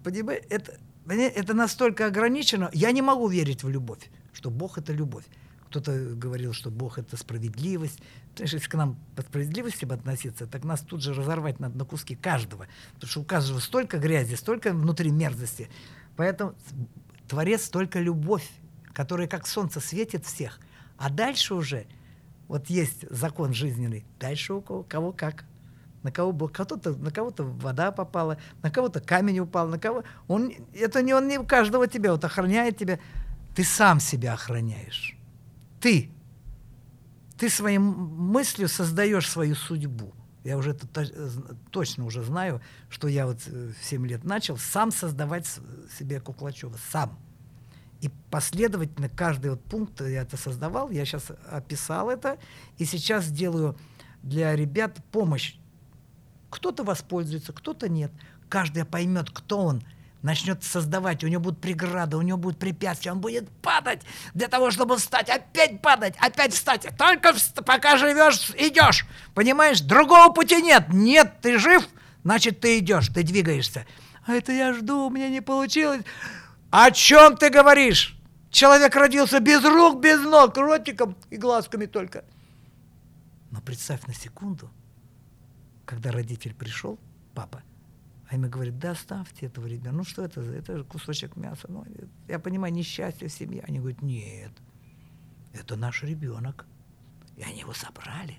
понимаешь, это настолько ограничено. Я не могу верить в любовь, что Бог — это любовь. Кто-то говорил, что Бог — это справедливость. Если к нам по справедливости бы относиться, так нас тут же разорвать надо на куски каждого. Потому что у каждого столько грязи, столько внутри мерзости. Поэтому Творец только любовь, которая как солнце светит всех. А дальше уже, вот есть закон жизненный, дальше у кого как. На кого-то вода попала, на кого-то камень упал, на кого... Он не у каждого тебя вот охраняет тебя. Ты сам себя охраняешь. Ты своей мыслью создаешь свою судьбу. Я уже это точно уже знаю, что я вот в 7 лет начал сам создавать себе Куклачева. Сам. И последовательно каждый вот пункт я это создавал. Я сейчас описал это. И сейчас делаю для ребят помощь. Кто-то воспользуется, кто-то нет. Каждый поймет, кто он, начнет создавать, у него будут преграды, у него будут препятствия, он будет падать для того, чтобы встать, опять падать, опять встать. Только пока живешь, идешь. Понимаешь, другого пути нет. Нет, ты жив, значит, ты идешь, ты двигаешься. А это я жду, у меня не получилось. О чем ты говоришь? Человек родился без рук, без ног, ротиком и глазками только. Но представь на секунду, когда родитель пришел, папа, а ему говорит, да оставьте этого ребенка, ну что это же кусочек мяса. Ну, я понимаю, несчастье в семье. Они говорят, нет, это наш ребенок. И они его собрали.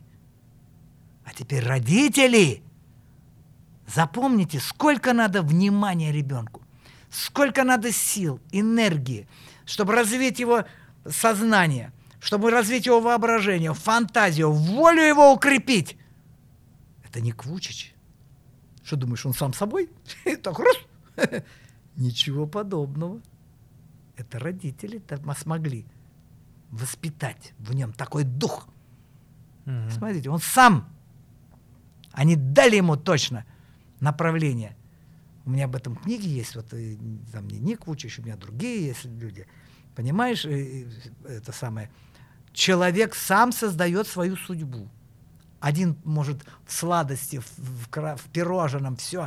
А теперь родители, запомните, сколько надо внимания ребенку, сколько надо сил, энергии, чтобы развить его сознание, чтобы развить его воображение, фантазию, волю его укрепить. Это не Квучич. Что думаешь, он сам собой? Так раз. Ничего подобного. Это родители смогли воспитать в нем такой дух. Смотрите, он сам. Они дали ему точно направление. У меня об этом книги есть. Вот там не Квучич, у меня другие есть люди. Понимаешь, это самое. Человек сам создает свою судьбу. Один может в сладости, в пирожном, все.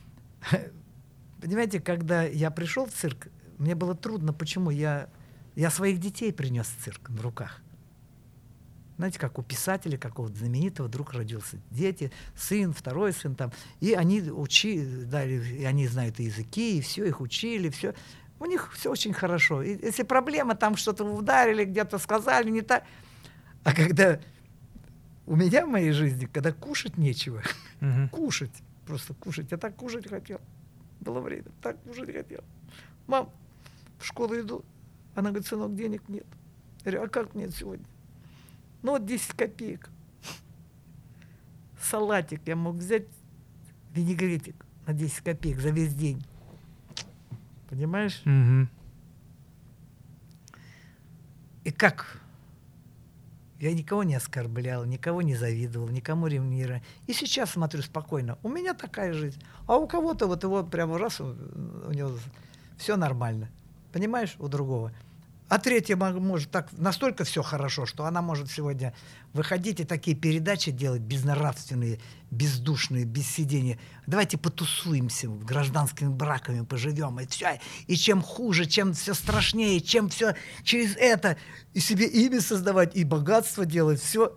Понимаете, когда я пришел в цирк, мне было трудно. Почему? Я своих детей принес в цирк на руках. Знаете, как у писателя какого-то знаменитого вдруг родился дети, сын, второй сын там. И они и они знают и языки, и все, их учили, все. У них все очень хорошо. И если проблема, там что-то ударили, где-то сказали, не так. А когда... У меня в моей жизни, когда кушать нечего, кушать, просто кушать. Я так кушать хотел. Было время, так кушать хотел. Мам, в школу иду. Она говорит, сынок, денег нет. Я говорю, а как нет сегодня? Ну вот 10 копеек. Салатик я мог взять, винегретик на 10 копеек за весь день. Понимаешь? И как... Я никого не оскорблял, никого не завидовал, никому ревнировал. И сейчас смотрю спокойно. У меня такая жизнь. А у кого-то вот его прямо раз, у него все нормально. Понимаешь, у другого. А третья может так, настолько все хорошо, что она может сегодня выходить и такие передачи делать безнравственные, бездушные, без сидения. Давайте потусуемся, гражданскими браками поживем. И все. И чем хуже, чем все страшнее, чем все через это. И себе имя создавать, и богатство делать, все.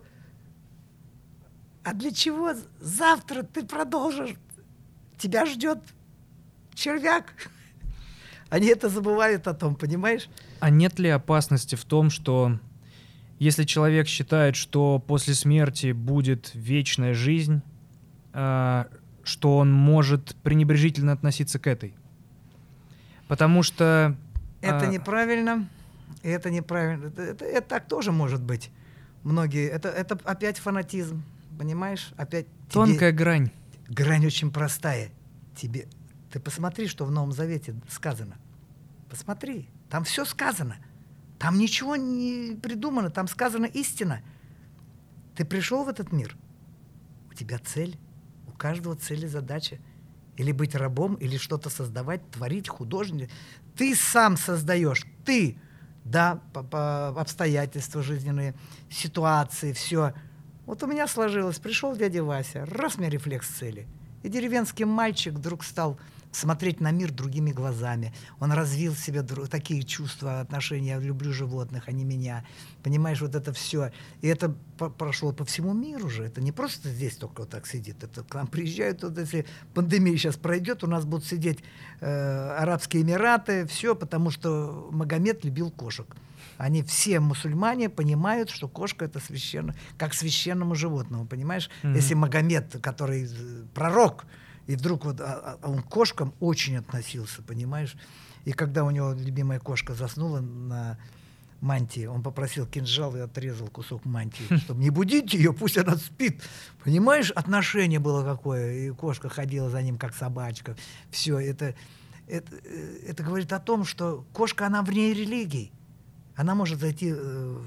А для чего завтра ты продолжишь? Тебя ждет червяк. Они это забывают о том, понимаешь? А нет ли опасности в том, что если человек считает, что после смерти будет вечная жизнь, что он может пренебрежительно относиться к этой? Потому что... Это неправильно. Это неправильно. Это так тоже может быть. Многие... Это опять фанатизм. Понимаешь? Опять... Тонкая грань. Грань очень простая. Ты посмотри, что в Новом Завете сказано. Посмотри. Там все сказано. Там ничего не придумано. Там сказана истина. Ты пришел в этот мир. У тебя цель. У каждого цель и задача. Или быть рабом, или что-то создавать, творить, художник. Ты сам создаешь. Ты. Да, по обстоятельства жизненные, ситуации, все. Вот у меня сложилось. Пришел дядя Вася. Раз, у меня рефлекс цели. И деревенский мальчик вдруг стал смотреть на мир другими глазами. Он развил в себе такие чувства, отношения. Я люблю животных, а не меня. Понимаешь, вот это все. И это прошло по всему миру же. Это не просто здесь только вот так сидит. Это к нам приезжают, вот если пандемия сейчас пройдет, у нас будут сидеть Арабские Эмираты, все, потому что Магомед любил кошек. Они все мусульмане понимают, что кошка это священно, как священному животному, понимаешь? Если Магомед, который пророк, и вдруг вот он к кошкам очень относился, понимаешь? И когда у него любимая кошка заснула на мантии, он попросил кинжал и отрезал кусок мантии, чтобы не будить ее, пусть она спит. Понимаешь, отношение было какое? И кошка ходила за ним, как собачка. Все, это говорит о том, что кошка, она вне религий. Она может зайти в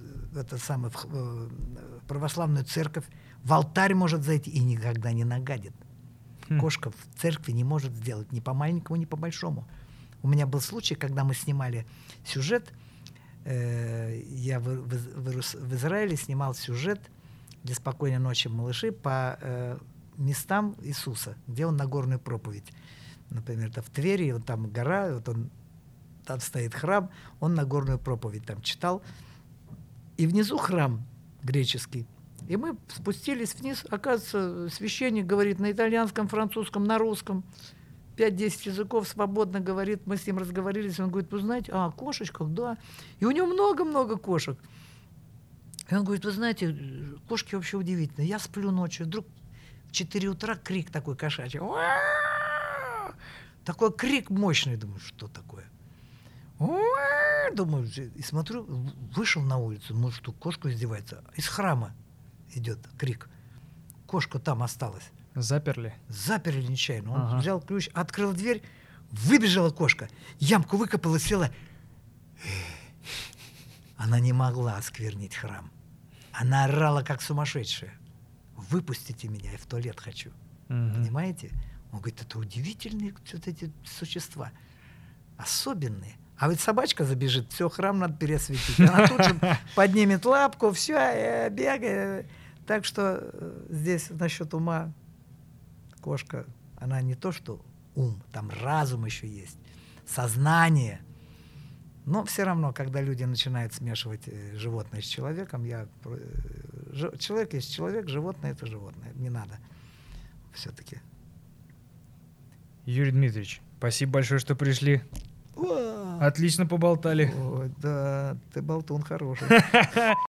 православную церковь, в алтарь может зайти и никогда не нагадит. Кошка в церкви не может сделать ни по маленькому, ни по большому. У меня был случай, когда мы снимали сюжет. Я в Израиле снимал сюжет для «Спокойной ночи, малыши» по местам Иисуса, где он Нагорную проповедь. Например, в Твери, вот там гора, вот там стоит храм, он Нагорную проповедь там читал. И внизу храм греческий. И мы спустились вниз, оказывается, священник говорит на итальянском, французском, на русском, 5-10 языков свободно говорит, мы с ним разговорились, он говорит, вы знаете, кошечка, да, и у него много-много кошек. И он говорит, вы знаете, кошки вообще удивительные, я сплю ночью, вдруг в 4 утра крик такой кошачий, такой крик мощный, думаю, что такое? Думаю, и смотрю, вышел на улицу, может, что кошку издевается, из храма идет крик. Кошка там осталась. Заперли? Заперли нечаянно. Он взял ключ, открыл дверь, выбежала кошка, ямку выкопала, села. Она не могла осквернить храм. Она орала, как сумасшедшая. Выпустите меня, я в туалет хочу. Понимаете? Он говорит, это удивительные вот эти существа. Особенные. А ведь собачка забежит, все, храм надо пересветить. Она тут же поднимет лапку, все, бегает. Так что здесь насчет ума кошка, она не то что ум, там разум еще есть, сознание. Но все равно, когда люди начинают смешивать животное с человеком, человек есть человек, животное это животное. Не надо все-таки. Юрий Дмитриевич, спасибо большое, что пришли. Отлично поболтали. Ой, да, ты болтун хороший.